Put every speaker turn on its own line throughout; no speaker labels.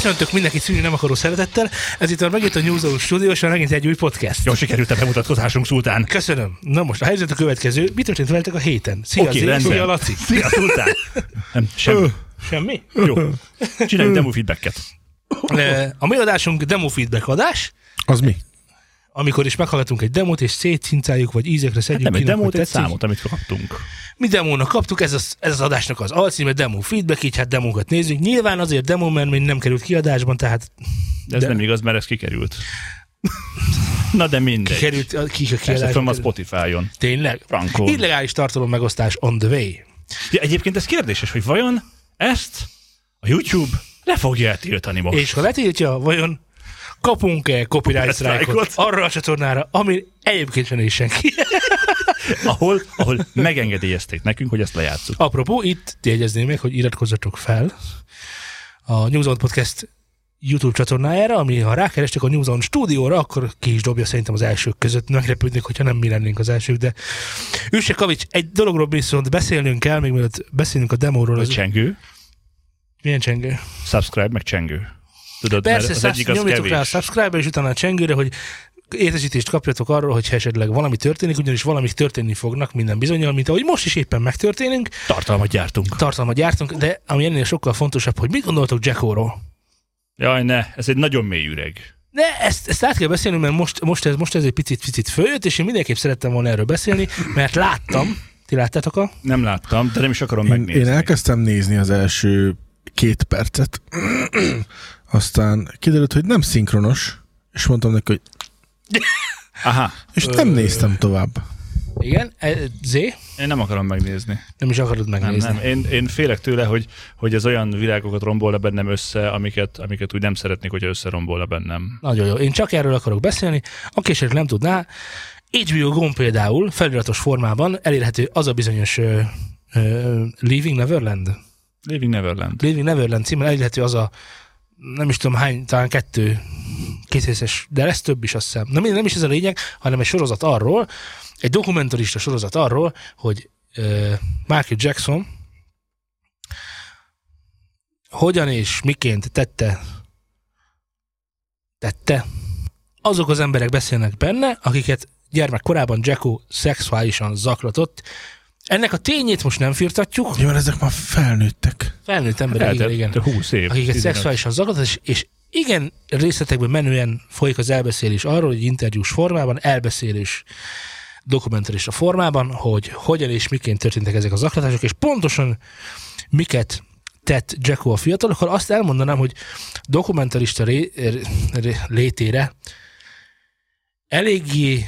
Köszöntök mindenkit szűnni nem akaró szeretettel. Ez itt megint a New Zone Studio, és megint egy új podcast.
Jól sikerült a bemutatkozásunk Szultán.
Köszönöm. Na most a helyzet a következő. Mi történt veletek a héten? Szia,
Szia,
Laci.
Szia, Szultán. Semmi.
Semmi?
Jó. Csináljunk demo feedbacket.
A mi adásunk demo feedback adás.
Az mi?
Amikor is meghallgatunk egy demót, és szétszincáljuk, vagy ízekre szedjük.
Nem egy
kinek,
demót,
hogy
egy
tetszik.
számot, amit kaptunk.
Mi demónak kaptuk, ez az adásnak az alcíme, demo feedback, így hát demókat nézzük. Nyilván azért demo, mert még nem került kiadásban, tehát...
De ez nem igaz, mert ez kikerült. Na de mindegy.
Kikerült a
Persze, fönn a Spotify-on.
Tényleg?
Frankon.
Illegális tartalom megosztás on the way.
Ja, egyébként ez kérdéses, hogy vajon ezt a YouTube le fogja tiltani most?
És ha letiltja, vajon kapunk-e copyright strike-ot arra a csatornára, ami egyébként sem is senki.
ahol megengedélyezték nekünk, hogy ezt lejátszuk.
Apropó, itt jegyezném meg, hogy iratkozzatok fel a New Zone Podcast YouTube csatornájára, ami ha rákerestek a New Zone Studióra, akkor ki is dobja szerintem az elsők között. Meglepődnék, hogyha nem mi lennénk az elsők, de Üsse Kavics, egy dologról viszont beszélnünk kell, még mielőtt beszélünk a demóról.
A csengő.
Milyen csengő?
Subscribe, meg csengő. Tudod,
persze,
az egyik az
nyomjatok
kevés.
rá a subscribe-ra, és utána a csengőre, hogy értesítést kapjatok arról, hogy esetleg valami történik, ugyanis valamik történni fognak minden bizonnyal, mint ahogy most is éppen megtörténünk.
Tartalmat gyártunk, de ami ennél sokkal fontosabb, hogy mit gondoltok Jacko-ról? Jaj, ne, ez egy nagyon mély üreg.
De ezt át kell beszélnünk, mert most ez egy picit följött, és én mindenképp szerettem volna erről beszélni, mert láttam. Ti láttátok
Nem láttam, de nem is akarom megnézni.
Én elkezdtem nézni az első 2 percet, aztán kiderült, hogy nem szinkronos, és mondtam neki, hogy
Aha.
és nem néztem tovább.
Igen, Zé?
Én nem akarom megnézni.
Nem is akarod megnézni.
Nem. Én félek tőle, hogy ez olyan világokat rombolna bennem össze, amiket úgy nem szeretnék, hogyha összerombolna bennem.
Nagyon jó. Én csak erről akarok beszélni. Aki esetleg nem tudná, HBO Go például feliratos formában elérhető az a bizonyos Leaving Neverland.
Leaving
Neverland címmel elérhető az a nem is tudom hány, talán 2 részes, de lesz több is, azt hiszem. Nem is ez a lényeg, hanem egy sorozat arról, egy dokumentarista sorozat arról, hogy Michael Jackson hogyan és miként tette, azok az emberek beszélnek benne, akiket gyermekkorában Jacko szexuálisan zaklatott. Ennek a tényét most nem firtatjuk.
Ja, mert ezek már felnőttek.
Felnőtt emberek, igen.
20 év.
Akiket szexuálisan zaklatott, és igen, részletekben menően folyik az elbeszélés arról, hogy interjús formában, elbeszélés dokumentarista formában, hogy hogyan és miként történtek ezek a zaklatások, és pontosan miket tett Jacko a fiatalokkal. Azt elmondanám, hogy dokumentarista létére eléggé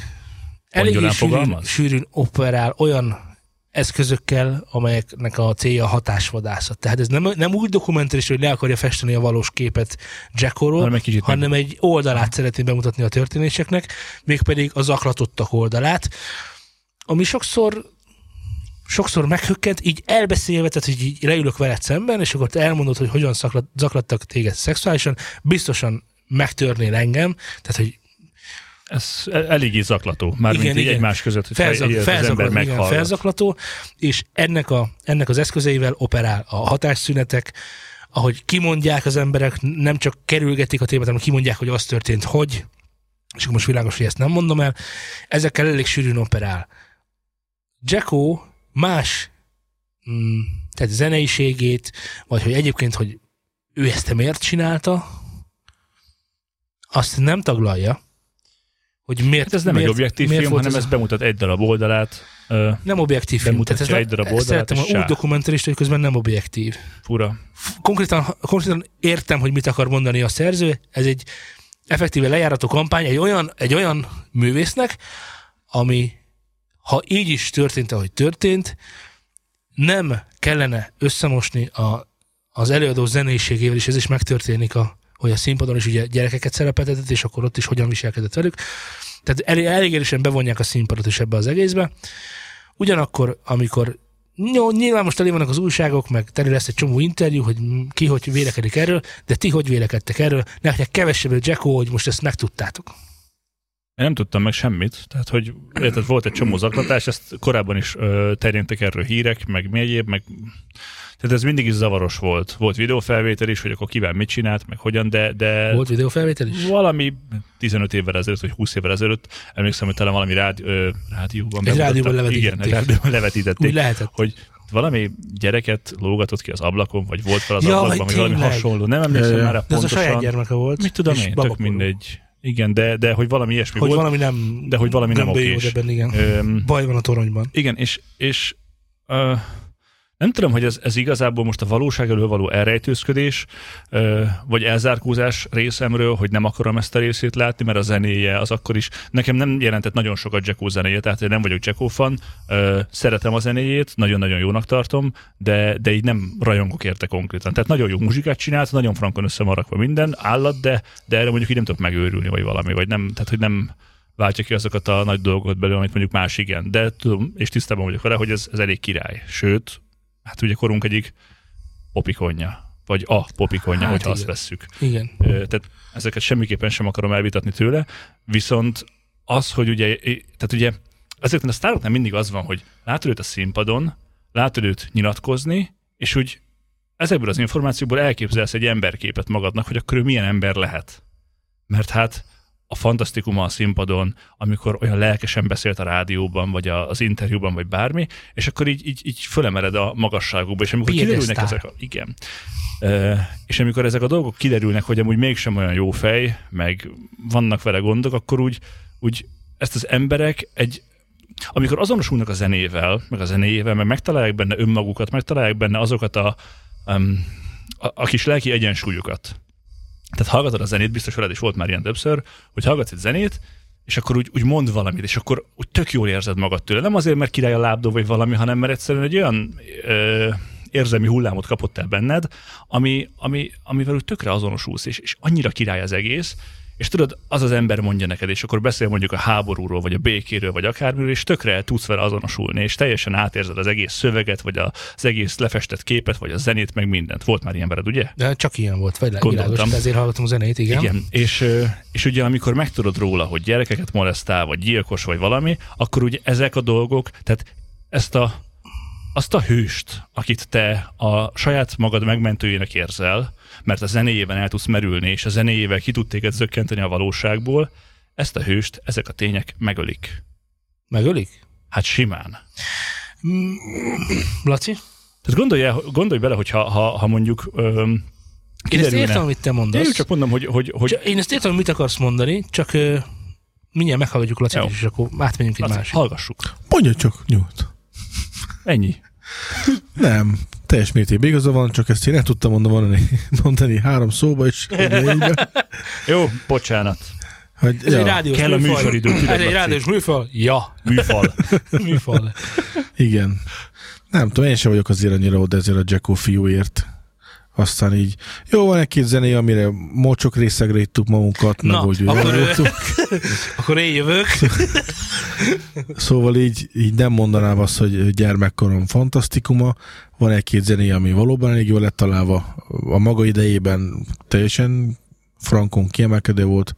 sűrűn operál olyan eszközökkel, amelyeknek a célja a hatásvadászat. Tehát ez nem úgy dokumentarista, hogy le akarja festeni a valós képet Jacko-ról, hanem egy oldalát szeretné bemutatni a történéseknek, mégpedig a zaklatottak oldalát, ami sokszor meghökkent, így elbeszélve, tehát hogy így leülök veled szemben, és akkor te elmondod, hogy hogyan zaklattak téged szexuálisan, biztosan megtörnél engem, tehát hogy
ez eléggé zaklató, mármint így egymás között, hogy az ember meghallgat.
Felzaklató, és ennek az eszközeivel operál a hatásszünetek, ahogy kimondják az emberek, nem csak kerülgetik a témát, hanem kimondják, hogy az történt, hogy, és akkor most világos, hogy ezt nem mondom el, ezekkel elég sűrűn operál. Jacko más tehát zeneiségét, vagy hogy egyébként, hogy ő ezt miért csinálta, azt nem taglalja, hogy miért.
Ez nem egy objektív film, hanem ez bemutat egy darab oldalát.
Nem objektív film.
Tehát egy darab oldalát,
szeretem úgy dokumentarista, hogy közben nem objektív.
Fura.
Konkrétan értem, hogy mit akar mondani a szerző. Ez egy effektíve lejárató kampány egy olyan művésznek, ami, ha így is történt, ahogy történt, nem kellene összemosni az előadó zeneiségével, és ez is megtörténik, hogy a színpadon is ugye gyerekeket szerepeltetett, és akkor ott is hogyan viselkedett velük. Tehát elég erősen bevonják a színpadot is ebbe az egészbe. Ugyanakkor, amikor nyilván most elé vannak az újságok, meg teli lesz egy csomó interjú, hogy ki hogy vélekedik erről, de ti hogy vélekedtek erről? Nektek kevesebb Jacko, hogy most ezt megtudtátok.
nem tudtam meg semmit, tehát hogy volt egy csomó zaklatás, ezt korábban is terjedtek erről hírek, meg mi egyéb, meg tehát ez mindig is zavaros volt. Volt videófelvétel is, hogy akkor kivel mit csinált, meg hogyan, de...
Volt videófelvétel is?
Valami 15 évvel ezelőtt, vagy 20 évvel ezelőtt, emlékszem, hogy talán valami rádióban...
Egy rádióban levetítették.
Igen, egy rádióban levetítették.
Úgy lehetett.
Hogy valami gyereket lógatott ki az ablakon, vagy volt fel az ablakban, vagy valami hasonló. Nem emlékszem már rá pontosan.
De az a saját gyermeke volt.
Mit tudom én, tök mindegy. Igen, de hogy valami ilyesmi
hogy
volt.
Valami nem,
de hogy valami nem okés.
Ebben, igen. Baj van a toronyban.
Igen, és nem tudom, hogy ez igazából most a valóság elől való elrejtőzködés, vagy elzárkózás részemről, hogy nem akarom ezt a részét látni, mert a zenéje az akkor is, nekem nem jelentett nagyon sokat Jacko zenéje, tehát én nem vagyok Jacko fan, szeretem a zenéjét, nagyon-nagyon jónak tartom, de így nem rajongok érte konkrétan. Tehát nagyon jó muzsikát csinált, nagyon frankon össze van rakva minden, állat, de erre mondjuk így nem tudok megőrülni, vagy valami, vagy nem, tehát hogy nem váltja ki azokat a nagy dolgokat belőle, amit mondjuk más igen. De tudom, és tisztában vagyok vele, hogy ez elég király. Sőt, hát ugye korunk egyik popikonja, vagy a popikonja, hát hogyha igen. Azt vesszük.
Igen.
Tehát ezeket semmiképpen sem akarom elvitatni tőle, viszont az, hogy ugye, tehát ugye ezekben a sztároknál mindig az van, hogy látod őt a színpadon, látod őt nyilatkozni, és úgy ezekből az információkból elképzelsz egy emberképet magadnak, hogy akkor ő milyen ember lehet. Mert hát a fantasztikuma a színpadon, amikor olyan lelkesen beszélt a rádióban, vagy az interjúban, vagy bármi, és akkor így fölemeled a magasságukba, és amikor kiderülnek ezek igen. És amikor ezek a dolgok kiderülnek, hogy amúgy mégsem olyan jó fej, meg vannak vele gondok, akkor úgy ezt az emberek amikor azonosulnak a zenével, meg megtalálják benne önmagukat, megtalálják benne azokat a kis lelki egyensúlyukat. Tehát hallgatod a zenét, biztos veled is volt már ilyen többször, hogy hallgatsz egy zenét, és akkor úgy mond valamit, és akkor úgy tök jól érzed magad tőle. Nem azért, mert király a lábdó vagy valami, hanem mert egyszerűen egy olyan érzelmi hullámot kapott el benned, amivel úgy tökre azonosulsz, és annyira király az egész, és tudod, az ember mondja neked, és akkor beszél mondjuk a háborúról, vagy a békéről, vagy akármiről, és tökre tudsz vele azonosulni, és teljesen átérzed az egész szöveget, vagy az egész lefestett képet, vagy a zenét, meg mindent. Volt már ilyen veled, ugye?
De csak ilyen volt, vagy világos, ezért hallgatom a zenét, igen.
Igen, és ugye amikor megtudod róla, hogy gyerekeket molesztál, vagy gyilkos, vagy valami, akkor ugye ezek a dolgok, tehát azt a hőst, akit te a saját magad megmentőjének érzel, mert a zenéjében el tudsz merülni, és a zenéjével ki tud téged zökkenteni a valóságból, ezt a hőst, ezek a tények megölik.
Megölik?
Hát simán.
Laci?
Tehát gondolj bele, hogy ha mondjuk
én ezt értem, amit te mondasz.
Én csak mondom, hogy...
Én ezt értem, mit akarsz mondani, csak mindjárt meghallgatjuk Lacit, és akkor átmenjünk egy másik.
Hallgassuk.
Mondja csak, nyugodt.
Ennyi.
Nem, teljes mértékben igaza van, csak ezt én el tudtam mondani 3 szóba is.
Jó, bocsánat.
Ez egy rádiós
kell
műfal.
A műsoridő.
Ez egy rádiós műfal? Ja. Műfal.
Igen. Nem tudom, én sem vagyok azért annyira oda ezért a Jacko fiúért. Aztán így, jó, van egy-két zené, amire mocsok részegre ittuk magunkat, meg úgy
akkor én jövök.
Szóval így nem mondanám azt, hogy gyermekkorom fantasztikuma. Van egy-két zené, ami valóban elég jól lett találva. A maga idejében teljesen frankon kiemelkedő volt.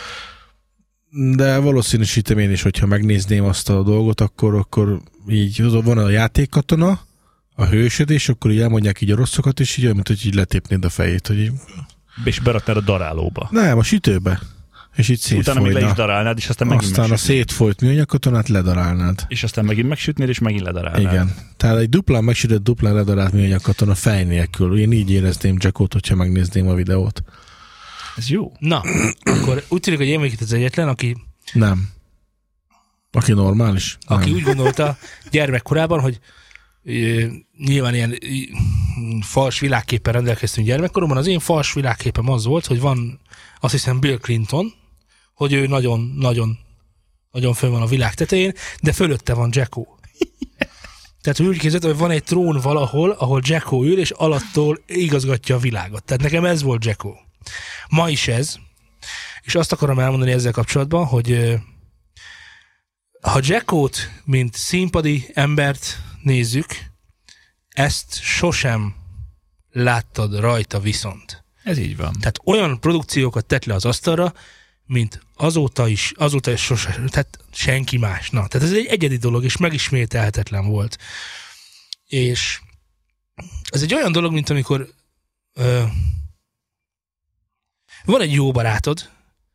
De valószínűsítem én is, hogyha megnézném azt a dolgot, akkor így van a játékkatona, a hősöd, és akkor így elmondják így a rosszokat, és így olyan, mint hogy így letépnéd a fejét. Hogy így...
És beraknád a darálóba.
Nem, a sütőbe. És így szétfolyna.
Utána még le is darálnád, és aztán megint
a szétfolyt műanyagkatonát ledarálnád.
És aztán megint megsütnéd, és megint ledarálnád.
Igen. Tehát egy duplán megsütött, duplán ledarált műanyagkatona fej nélkül. Én így érezném Jackot, hogyha megnézném a videót.
Ez jó.
Na, akkor úgy tűnik, hogy én vagyok itt az egyetlen, aki...
Nem. Aki normális?
Aki úgy gondolta gyermekkorában, hogy nyilván ilyen fals világképpen rendelkeztünk gyermekkoromban. Az én fals világképem az volt, hogy van, azt hiszem, Bill Clinton, hogy ő nagyon fönn van a világ tetején, de fölötte van Jacko. Tehát úgy képzeltem, hogy van egy trón valahol, ahol Jacko ül, és alattól igazgatja a világot. Tehát nekem ez volt Jacko. Ma is ez. És azt akarom elmondani ezzel kapcsolatban, hogy ha Jackót, mint színpadi embert nézzük, ezt sosem láttad rajta viszont.
Ez így van.
Tehát olyan produkciókat tett le az asztalra, mint azóta is sose, tehát senki más. Na, tehát ez egy egyedi dolog, és megismételhetetlen volt. És ez egy olyan dolog, mint amikor van egy jó barátod,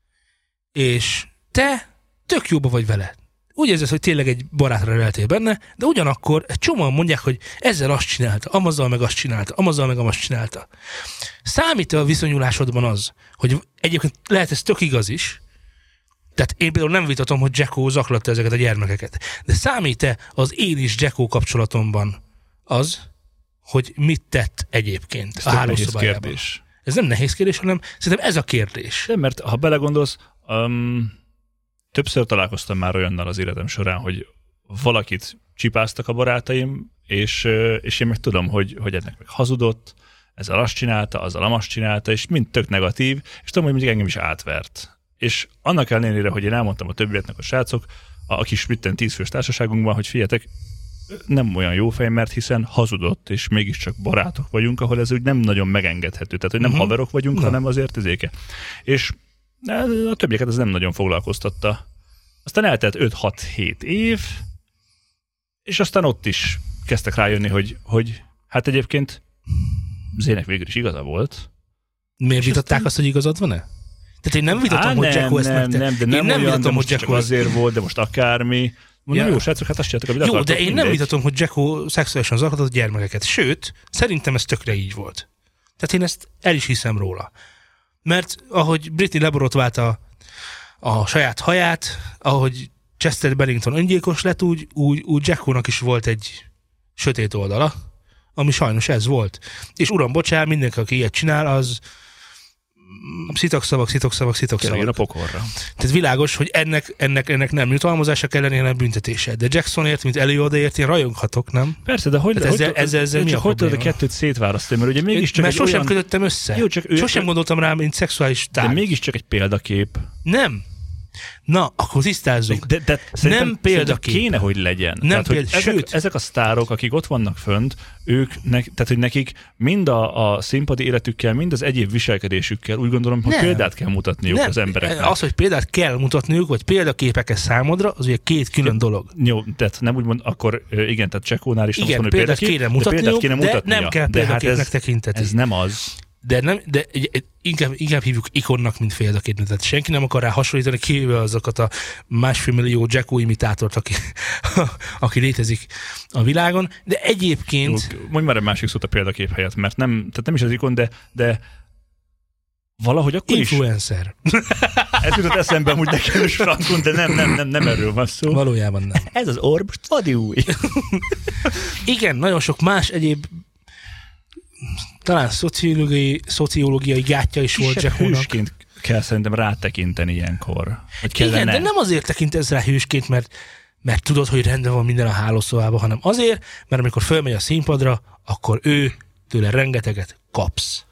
és te tök jóba vagy vele. Úgy érzed, hogy tényleg egy barátra leltél benne, de ugyanakkor egy csomóan mondják, hogy ezzel azt csinálta, amazzal meg azt csinálta, amazzal meg azt csinálta. Számít-e a viszonyulásodban az, hogy egyébként lehet ez tök igaz is, tehát én például nem vitatom, hogy Jacko zaklatta ezeket a gyermekeket, de számít-e az én és Jacko kapcsolatomban az, hogy mit tett egyébként
ez
a hálószobájában?
kérdés.
Ez nem nehéz kérdés, hanem szerintem ez a kérdés.
Nem, mert ha belegondolsz, többször találkoztam már olyannal az életem során, hogy valakit csipáztak a barátaim, és én meg tudom, hogy ennek meg hazudott, ezzel azt csinálta, azzal azt csinálta, és mind tök negatív, és tudom, hogy mindig engem is átvert. És annak ellenére, hogy én elmondtam a többieknek a srácok, a kis 10 fős társaságunkban, hogy figyeljetek, nem olyan jó fej, mert hiszen hazudott, és mégiscsak barátok vagyunk, ahol ez úgy nem nagyon megengedhető. Tehát, hogy nem haverok vagyunk, hanem azért ezéke. És a többieket ez nem nagyon foglalkoztatta. Aztán eltelt 5-6-7 év, és aztán ott is kezdtek rájönni, hogy hát egyébként Zének végül is igaza volt.
Miért vitatták azt, hogy igazad van-e? Tehát én nem vitatom, hogy Jacko ezt megtette.
Nem, de nem olyan, de most csak azért volt, de most akármi. Mondom, jó, srácok, hát azt csináltak, amit
akartok. Jó, de én nem vitatom, hogy Jacko szexuálisan zaklatott gyermekeket. Sőt, szerintem ez tökre így volt. Tehát én ezt el is hiszem róla. Mert ahogy Britney leborotvált a saját haját, ahogy Chester Bennington öngyilkos lett, úgy Jackónak is volt egy sötét oldala, ami sajnos ez volt. És uram, bocsánat, mindenki, aki ilyet csinál, az szitokszavak.
Kerüljön a pokorra.
Tehát világos, hogy ennek nem jutalmazása kell lenni, hanem büntetése. De Jacksonért, mint előadóért én rajonghatok, nem?
Persze, de ezzel mi a hogy tudod a kettőt szétválasztani? Mert ugye mégiscsak
mert sosem kötöttem össze.
Jó,
sosem gondoltam rá, mint szexuális tárgy.
De mégiscsak egy példakép.
Nem. Na, akkor tisztázzuk.
De
nem példakép.
Kéne, hogy legyen.
Nem
tehát, hogy ezek a sztárok, akik ott vannak fönt, tehát, hogy nekik mind a színpadi életükkel, mind az egyéb viselkedésükkel úgy gondolom, hogy példát kell mutatniuk az embereknek.
Az, hogy példát kell mutatniuk, vagy példaképek számodra, az ugye két külön dolog.
Jó, tehát nem úgy mond, akkor igen, tehát Jackónál is
igen, példát kéne mutatniuk, de nem kell példaképnek tekinteni.
Ez nem az.
De inkább hívjuk ikonnak, mint példaképnek. Tehát senki nem akar rá hasonlítani, kivéve azokat a 1,5 millió Jacko imitátort, aki létezik a világon. De egyébként...
Jó, mondj már egy másik szót a példakép helyett, mert nem is az ikon, de valahogy akkor
influencer.
Ez jutott eszembe amúgy nekem is frankon, de nem erről van szó.
Valójában nem.
Ez az orb, most vadi új.
Igen, nagyon sok más egyéb talán szociológiai gátja is volt Jackónak.
Hősként kell szerintem rátekinteni ilyenkor.
Igen, de nem azért tekintesz rá hősként, mert tudod, hogy rendben van minden a hálószobában, hanem azért, mert amikor fölmegy a színpadra, akkor ő tőle rengeteget kapsz.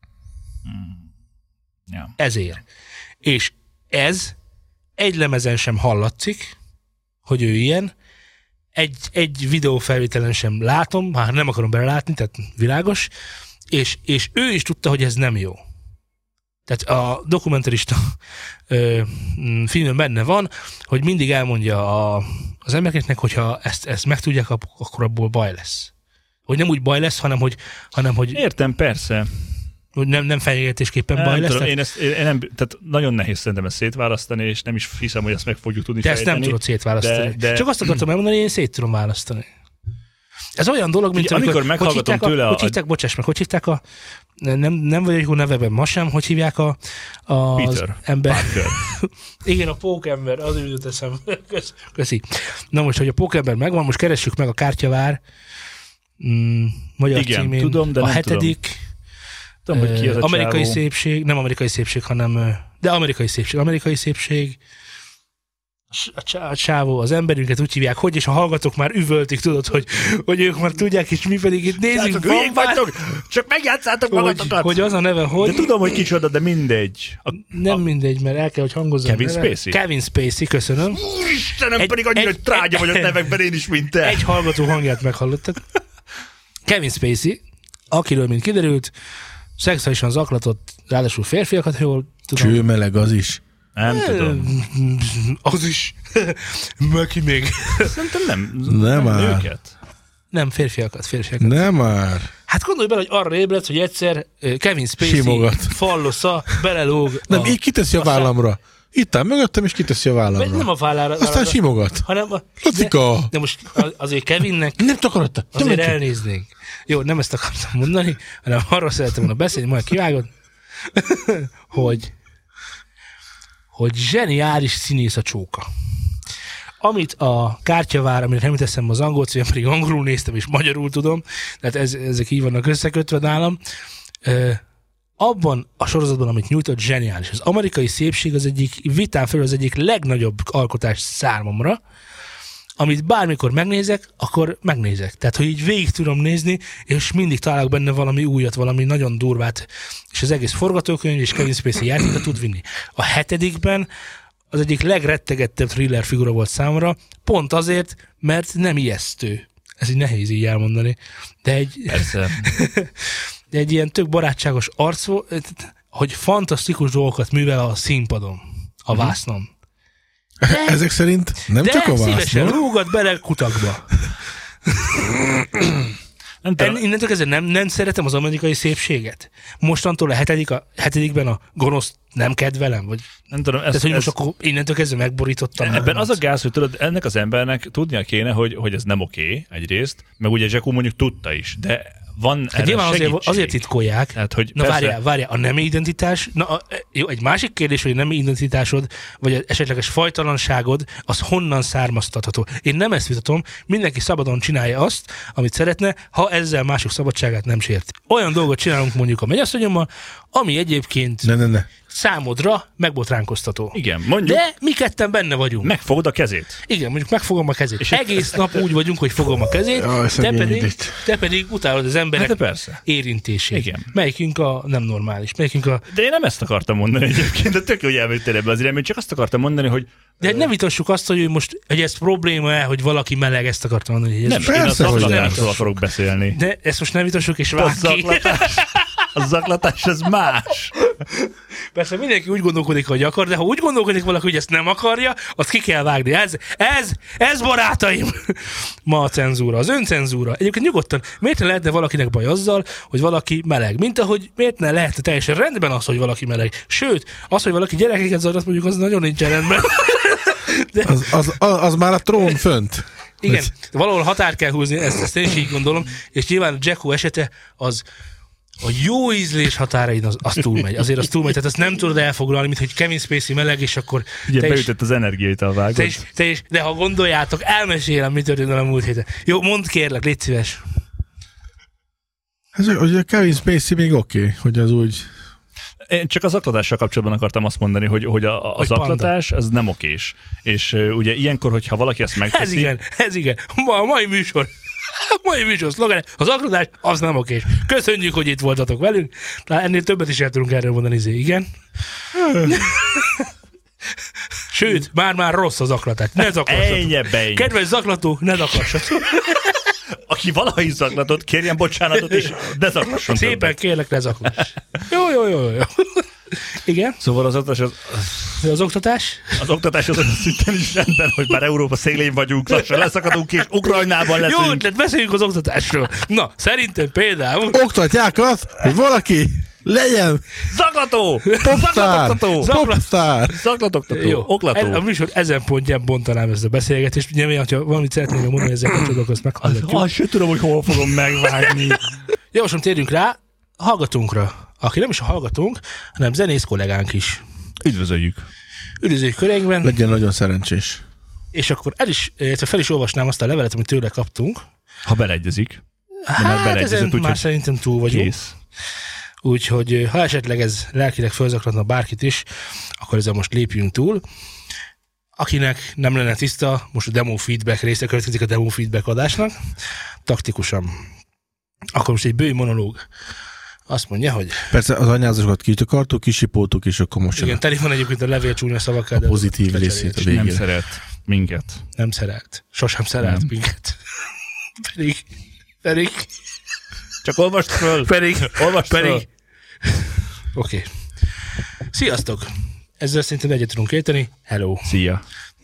Ja.
Ezért. És ez egy lemezen sem hallatszik, hogy ő ilyen, egy videófelvételen sem látom, már nem akarom belelátni, tehát világos, és ő is tudta, hogy ez nem jó. Tehát a dokumentarista filmben benne van, hogy mindig elmondja az embereknek, hogyha ezt megtudják, akkor abból baj lesz. Hogy nem úgy baj lesz, hanem hogy
értem, persze.
Hogy nem fenyegetésképpen baj lesz.
Tudom, tehát nagyon nehéz szerintem ezt szétválasztani, és nem is hiszem, hogy ezt meg fogjuk tudni
fejteni. Te ezt nem tudod szétválasztani. De... Csak azt akartam elmondani, hogy én szét tudom választani. Ez olyan dolog, mint
amikor meghallgatom tőle
hogy hívták nem vagyok jó neveben ma sem, hogy hívják az
Peter
ember. Igen, a pókember, az jutott eszembe. Köszi. Na most, hogy a pókember megvan, most keressük meg a Kártyavár magyar
igen,
címén.
Tudom, de
a
nem
7.
Tudom, hogy ki az
amerikai
csávó.
szépség, nem amerikai szépség, hanem de amerikai szépség. A csávó, az emberünket úgy hívják, hogy és a hallgatók már üvöltik, tudod, hogy ők már tudják, és mi pedig itt nézzük.
Csak megjátszátok magatokat.
Hogy az a neve, hogy...
De tudom, hogy kicsoda, de mindegy.
Nem mindegy, mert el kell, hogy hangozzam.
Kevin
Spacey, köszönöm.
Istenem, pedig annyira trágya vagyok nevekben én is, mint te.
Egy hallgató hangját meghallottad. Kevin Spacey, akiről, mint kiderült, szexuálisan zaklatott, ráadásul férfiakat, jól tudom.
Csőmeleg az is.
Nem tudom.
Az is. Maki még.
Szerintem
Nem már.
Őket.
Nem, férfiakat.
Nem már.
Hát gondolj bele, hogy arra ébredsz, hogy egyszer Kevin Spacey
Simogat.
fallosza, belelóg.
Nem, így kiteszi a vállamra. Itt áll mögöttem, és kiteszi a vállamra.
Nem a vállára.
Aztán simogat.
hanem
Lacika!
de most azért Kevinnek
Nem takarodta.
azért elnéznénk. Jó, nem ezt akartam mondani, hanem arról szerettem volna beszélni, majd kivágod, hogy zseniális színész a csóka. Amit a kártyavár, amire nem jut eszembe az angol cím, pedig angolul néztem, és magyarul tudom, tehát ezek így vannak összekötve nálam, abban a sorozatban, amit nyújtott, zseniális. Az Amerikai Szépség az egyik, vitán felül az egyik legnagyobb alkotás számomra, amit bármikor megnézek, akkor megnézek. Tehát, hogy így végig tudom nézni, és mindig találok benne valami újat, valami nagyon durvát, és az egész forgatókönyv és Kevin Spacey játéka tud vinni. A 7. az egyik legrettegettebb thriller figura volt számomra, pont azért, mert nem ijesztő. Ez így nehéz így elmondani. De egy ilyen tök barátságos arc volt, hogy fantasztikus dolgokat művel a színpadon, a vásznon.
Ezek szerint nem csak a
De szívesen
vásznon.
rúgat bele kutakba. Innentől kezdve nem szeretem az Amerikai Szépséget. Mostantól a 7. a gonosz nem kedvelem? Vagy...
Nem tudom,
Tehát, hogy most akkor innentől kezdve megborítottam.
Ebben az a gáz, hogy tudod, ennek az embernek tudnia kéne, hogy ez nem oké, egyrészt, meg ugye Jacko mondjuk tudta is, de van
Hát nyilván azért titkolják.
Tehát, hogy
Na
persze...
várjál, a nemi identitás, jó, egy másik kérdés, hogy a nemi identitásod, vagy az esetleges fajtalanságod, az honnan származtatható. Én nem ezt vitatom, mindenki szabadon csinálja azt, amit szeretne, ha ezzel mások szabadságát nem sért. Olyan dolgot csinálunk mondjuk a mennyasszonyommal, ami egyébként számodra megbotránkoztató.
Igen, mondjuk.
De mi ketten benne vagyunk.
Megfogod a kezét.
Igen, mondjuk megfogom a kezét. És egész nap úgy vagyunk, hogy fogom a kezét, te pedig utálod az emberek érintését.
Igen.
Melyikünk a nem normális? Melyikünk a...
De én nem ezt akartam mondani egyébként, de tök jó, hogy elműttél ebbe az irányba, csak azt akartam mondani, hogy...
De ne vitassuk azt, hogy ez probléma-e, hogy valaki meleg, ezt akartam mondani. Hogy ez
nem, én a zaklatásról akarok beszélni.
De ezt most nem vitassuk, és vág ki.
A zaklatás, ez más.
Persze mindenki úgy gondolkodik, hogy akar, de ha úgy gondolkodik valaki, hogy ezt nem akarja, azt ki kell vágni. Ez barátaim! Ma a cenzúra, az öncenzúra. Egyébként nyugodtan, miért ne lehetne valakinek baj azzal, hogy valaki meleg? Mint ahogy miért ne lehetne teljesen rendben az, hogy valaki meleg? Sőt, az, hogy valaki gyerekeket zarat, mondjuk az nagyon nincs rendben.
De... Az már a trón fönt.
Igen, valahol határ kell húzni, ezt én is így gondolom, és nyilván Jacko esete az a jó ízlés határain az túlmegy. Azért az túlmegy, tehát azt nem tudod elfoglalni, mint hogy Kevin Spacey meleg, és akkor...
Ugye beütött az energiait a vágod.
De ha gondoljátok, elmesélem, mi történt a múlt héten. Jó, mondd kérlek, légy szíves.
Ez, hogy a Kevin Spacey még oké, hogy az úgy...
Én csak a zaklatással kapcsolatban akartam azt mondani, hogy a zaklatás az nem okés. És ugye ilyenkor, hogyha valaki ezt megteszi...
Ez igen. A mai műsor szlogen, az zaklatás az nem okés. Köszönjük, hogy itt voltatok velünk. Ennél többet is el tudunk erről mondani, igen. Sőt, már rossz a zaklatás. Ne zaklassatok. Kedves zaklató, ne zaklassatok.
Aki valaha is zaklatott, kérjen bocsánatot, és ne zaklasson.
Szépen többet. Kérlek, ne zaklass. Jó. Igen.
Szóval az oktatás
az oktatás?
Az oktatás az olyan szinten is rendben, hogy már Európa szélén vagyunk, lassan leszakadunk és Ukrajnában leszünk.
Jó ötlet, beszéljünk az oktatásról. Na, szerintem például...
Oktatják azt, hogy valaki legyen
zaklató! Zaklatoktató!
Jó,
oklató.
A műsor ezen pontján bontanám ezt a beszélgetést. Ugye, ha valamit szeretném mondani, ezzel kapcsolatban azt meghallgatjuk.
Azt sem tudom, hogy hol fogom megvágni.
Javaslom, térjünk rá hallgatónkra. Aki nem is a hallgatónk, hanem zenész kollégánk is.
Üdvözöljük
köreinkben.
Legyen nagyon szerencsés.
És akkor fel is olvasnám azt a levelet, amit tőle kaptunk.
Ha beleegyezik.
Hát ezen már szerintem túl vagyunk.
Kész.
Úgyhogy ha esetleg ez lelkileg fölzaklatna bárkit is, akkor ezzel most lépjünk túl. Akinek nem lenne tiszta, most a demo feedback része következik a demo feedback adásnak. Taktikusan. Akkor most egy bőj monológ. Azt mondja, hogy...
Persze az anyázásokat kitakartuk, kisipoltuk, és akkor most...
Igen, teli van egyébként a levél csúnya szavakkal.
A pozitív részét a végére.
Nem szeret minket.
Nem szerelt. Sosem szerelt minket. Pedig...
Csak olvasd föl.
Pedig. Oké. Sziasztok! ezzel szerintem egyet tudunk érteni. Hello!
Szia!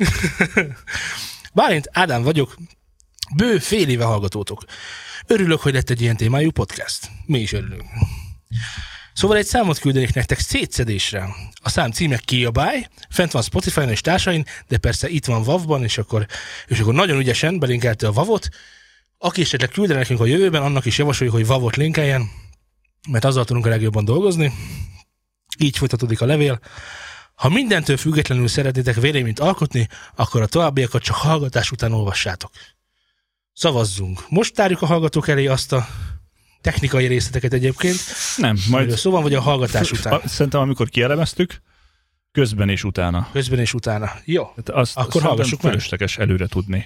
Bálint Ádám vagyok, bő fél éve hallgatótok. Örülök, hogy lett egy ilyen témájú podcast. Mi is örülünk. Szóval egy számot küldenék nektek szétszedésre. A szám címe Kiabály, fent van Spotify-on és társain, de persze itt van WAV-ban, és akkor nagyon ügyesen belinkelte a WAV-ot. Aki esetleg küldene nekünk a jövőben, annak is javasoljuk, hogy WAV-ot linkeljen, mert azzal tudunk a legjobban dolgozni. Így folytatódik a levél. Ha mindentől függetlenül szeretnétek véleményt alkotni, akkor a továbbiakat csak hallgatás után olvassátok. Szavazzunk. Most tárjuk a hallgatók elé azt a technikai részleteket egyébként.
Nem, majd...
Szóval, vagy a hallgatás után.
Szerintem, amikor kielemeztük, közben és utána.
Közben és utána. Jó,
azt
akkor hallgassuk meg.
Fölösleges előre tudni.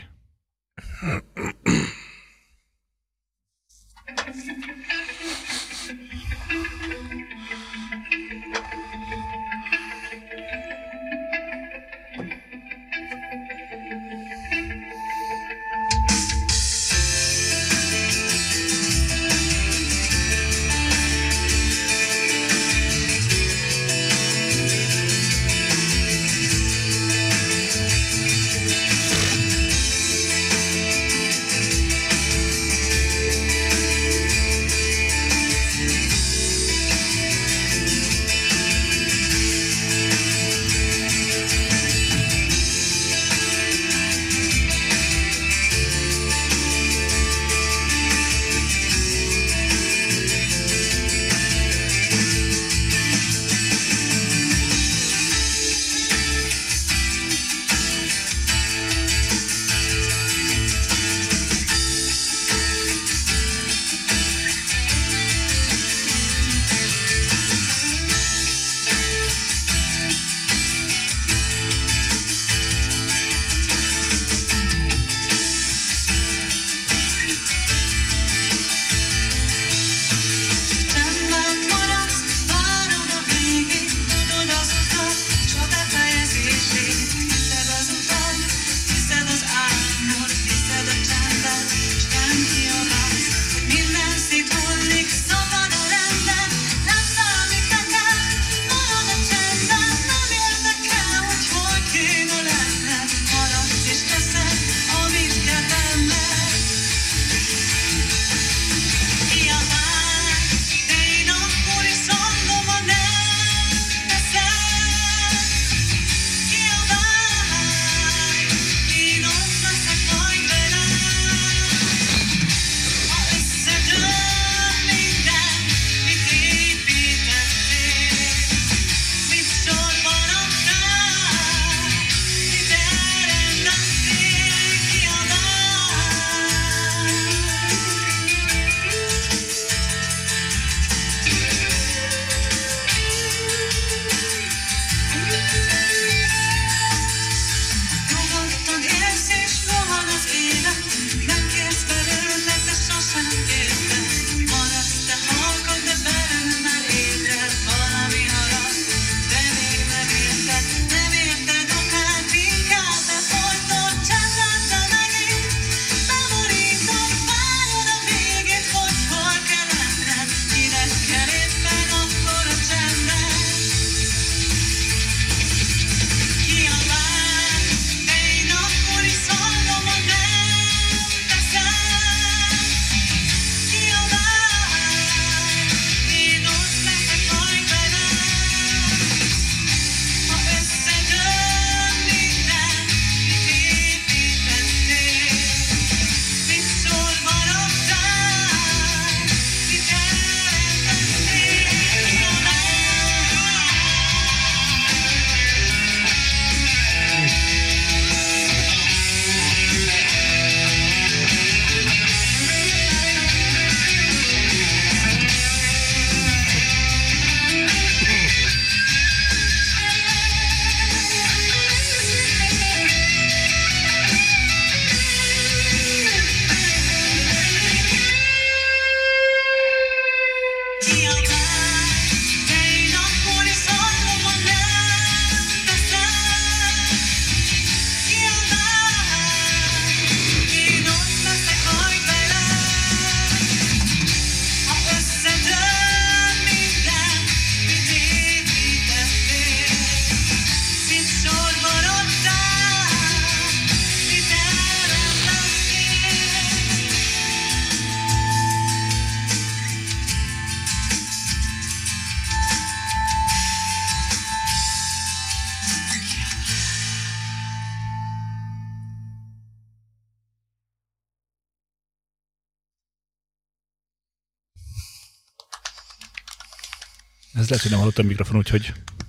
Ez lehet, hogy nem hallottam mikrofon, úgyhogy...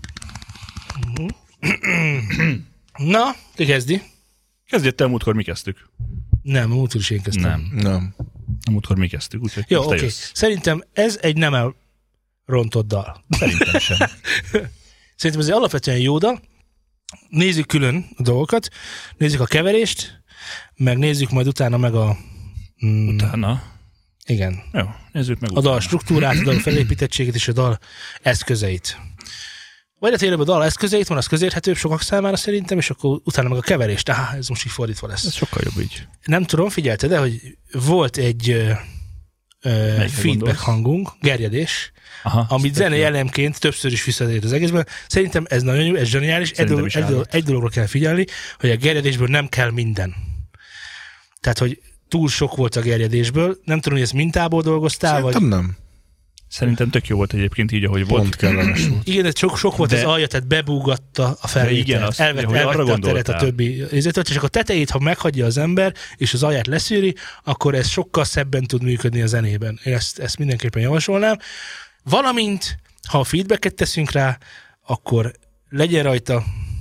Na, ki kezdi?
Kezdjél te, múltkor mi kezdtük.
Nem, múltkor is én kezdtem.
Nem.
Múltkor mi kezdtük, úgyhogy
Jó,
most te
oké.
jössz.
Szerintem ez egy nem elrontott dal.
Szerintem sem.
Szerintem ez egy alapvetően jó dal. Nézzük külön a dolgokat, nézzük a keverést, meg nézzük majd utána meg a...
Utána.
Igen.
Jó, nézzük meg
A dal struktúrát, a dal felépítettségét és a dal eszközeit. Vagy a tényleg a dal eszközeit van, az közérthetőbb sokak számára szerintem, és akkor utána meg a keverés. Tehát ez most így fordítva lesz.
Ez sokkal jobb így.
Nem tudom, figyelte, de hogy volt egy feedback
gondolsz?
hangunk, gerjedés,
Aha,
amit
ez tök
zenei
jó.
elemként többször is visszatért az egészben. Szerintem ez nagyon jó, ez zseniális.
Szerintem is állat.
Egy dologra kell figyelni, hogy a gerjedésből nem kell minden. Tehát, hogy túl sok volt a gerjedésből. Nem tudom, hogy ezt mintából dolgoztál,
Szerintem
vagy...
nem.
Szerintem tök jó volt egyébként így, ahogy volt.
Pont kellemes volt.
Igen, de sok volt
De-
az alja, tehát bebúgatta a felvételt.
igen, azt, hogy arra
elvette a teret a
gondoltál.
többi ezért, és akkor a tetejét, ha meghagyja az ember, és az alját leszűri, akkor ez sokkal szebben tud működni a zenében. Én ezt mindenképpen javasolnám. Valamint, ha a feedbacket teszünk rá, akkor legyen rajta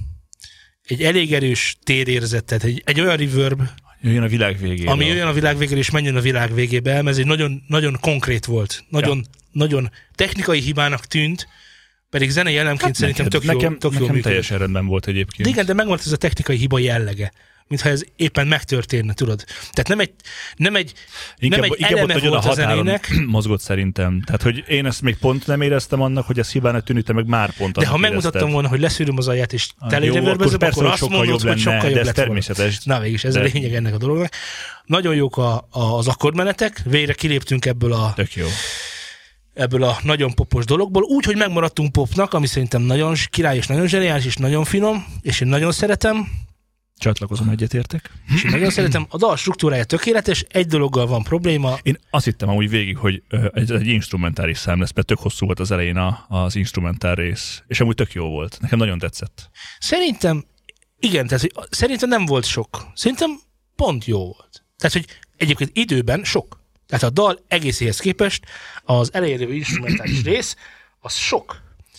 egy elég erős térérzet, tehát egy olyan reverb,
Jöjjön a világ végéről.
ami jöjjön a világ végére, és menjen a világ végébe el, mert ez egy nagyon, nagyon konkrét volt. Nagyon technikai hibának tűnt, pedig zenei elemként szerintem tök
nekem,
jó
nekem
működik.
teljesen rendben volt egyébként.
De igen, de megvolt ez a technikai hiba jellege, mintha ez éppen megtörténne, tudod. Tehát nem egy
Inkább
eleme
ott nagyon
volt
a
a
határon
zenének.
mozgott szerintem. Tehát, hogy én ezt még pont nem éreztem annak, hogy ez hibának tűnik, te meg már pont
De
annak
ha megmutattam
érezted.
volna, hogy leszűröm az alját, és
Jó,
teléreverbezem,
persze,
akkor
hogy
azt mondod, hogy sokkal
de
jobb
ez
lett volna.
természetes.
Na végig, ez a
De-
lényeg ennek a dolognak. Nagyon jók az akkordmenetek, végre kiléptünk
Tök jó.
ebből a nagyon popos dologból, úgy, hogy megmaradtunk popnak, ami szerintem nagyon király és nagyon zseniális és nagyon finom, és én nagyon szeretem,
Csatlakozom, egyetértek.
és én nagyon szeretem. A dal struktúrája tökéletes, egy dologgal van probléma,
Én azt hittem amúgy végig, hogy ez egy instrumentális szám lesz, mert tök hosszú volt az elején az instrumentál rész. És amúgy tök jó volt. Nekem nagyon tetszett.
Szerintem, igen, tehát hogy szerintem nem volt sok. Szerintem pont jó volt. Tehát, hogy egyébként időben sok. Tehát a dal egészéhez képest az elején lévő instrumentális rész, az sok.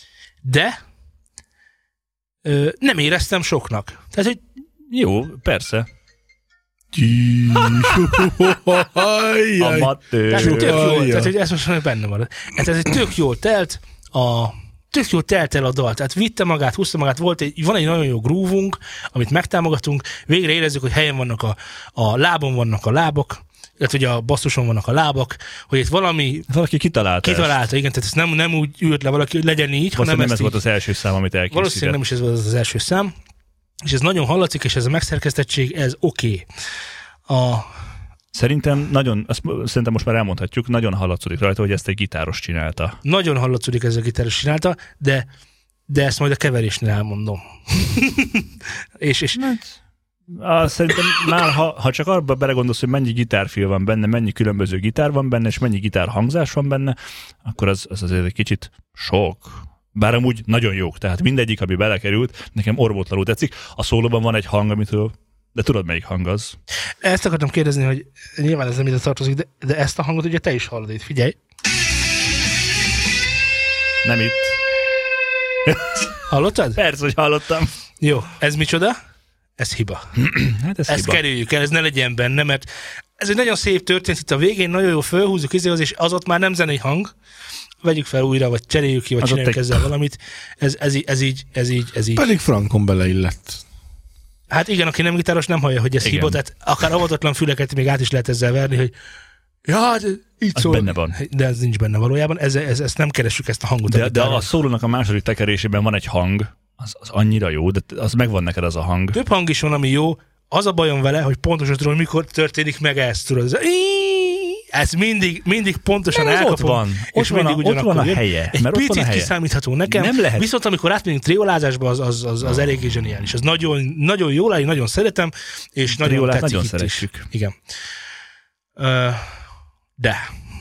De nem éreztem soknak. Tehát, hogy
Jó, persze.
Ajjaj.
Amatőr.
tehát, hogy tök jól,
Ajja.
tehát, hogy ez most már benne marad. Hát ez egy tök jól telt tök jól telt el a dal, tehát vitte magát, húzta magát, van egy nagyon jó groove-unk, amit megtámogatunk, végre érezzük, hogy helyen vannak a lábon vannak a lábak, illetve hogy a basszuson vannak a lábak, hogy itt valami
Valaki kitalálta
igen, tehát ez nem úgy ült le valaki, hogy legyen így, hanem
nem
ezt
ez
így,
volt az első szám, amit elkészített.
valószínűleg nem is ez volt az első szám, és ez nagyon hallatszik, és ez a megszerkesztettség, ez oké.
Szerintem szerintem most már elmondhatjuk, nagyon hallatszódik rajta, hogy ezt egy gitáros csinálta.
Nagyon hallatszódik ez a gitáros csinálta, de ezt majd a keverésnél elmondom. és
Szerintem már, ha csak arba belegondolsz, hogy mennyi gitárfil van benne, mennyi különböző gitár van benne, és mennyi gitár hangzás van benne, akkor az azért egy kicsit sok. Bár amúgy nagyon jók, tehát mindegyik, ami belekerült, nekem orvótlanul tetszik. A szólóban van egy hang, amitől, de tudod, melyik hang az?
ezt akartam kérdezni, hogy nyilván ez nem ide tartozik, de ezt a hangot ugye te is hallod itt, figyelj.
Nem itt.
Hallottad?
Persze, hogy hallottam.
Jó, ez micsoda? Ez hiba.
Hát ez
Ezt
hiba.
kerüljük el, ez ne legyen benne, mert ez egy nagyon szép történet, itt a végén nagyon jó fölhúzzuk izéhoz, és az ott már nem zenei hang. Vegyük fel újra, vagy cseréljük ki, vagy
Az ott
csináljunk
egy-
ezzel valamit. Ez így.
Pedig Frankon beleillett.
Hát igen, aki nem gitáros, nem hallja, hogy ez
Igen.
hiba, tehát akár avatatlan füleket még át is lehet ezzel verni, hogy ja, de így
Az
szól.
benne van.
De ez nincs benne valójában, ezt nem keressük, ezt a hangot.
De
gitáron.
a szólónak a második tekerésében van egy hang, az annyira jó, de az megvan neked az a hang.
Több hang is van, ami jó. Az a bajom vele, hogy pontosan tudom, hogy mikor történik meg ez, tudod. Ez mindig pontosan
Nem, ez
elkapom.
ott van.
És
Ott van
mindig
a- ott van
ugyanakkor
a
jön.
helye,
Egy
mert ott van a
picit
helye.
kiszámítható nekem.
Nem lehet.
Viszont amikor átmegyünk triolázásba, az eléggé zseniális. Az nagyon, nagyon jól áll, én nagyon szeretem, és nagyon
Triolát
tetszik
nagyon
itt is.
szeretjük.
Igen. De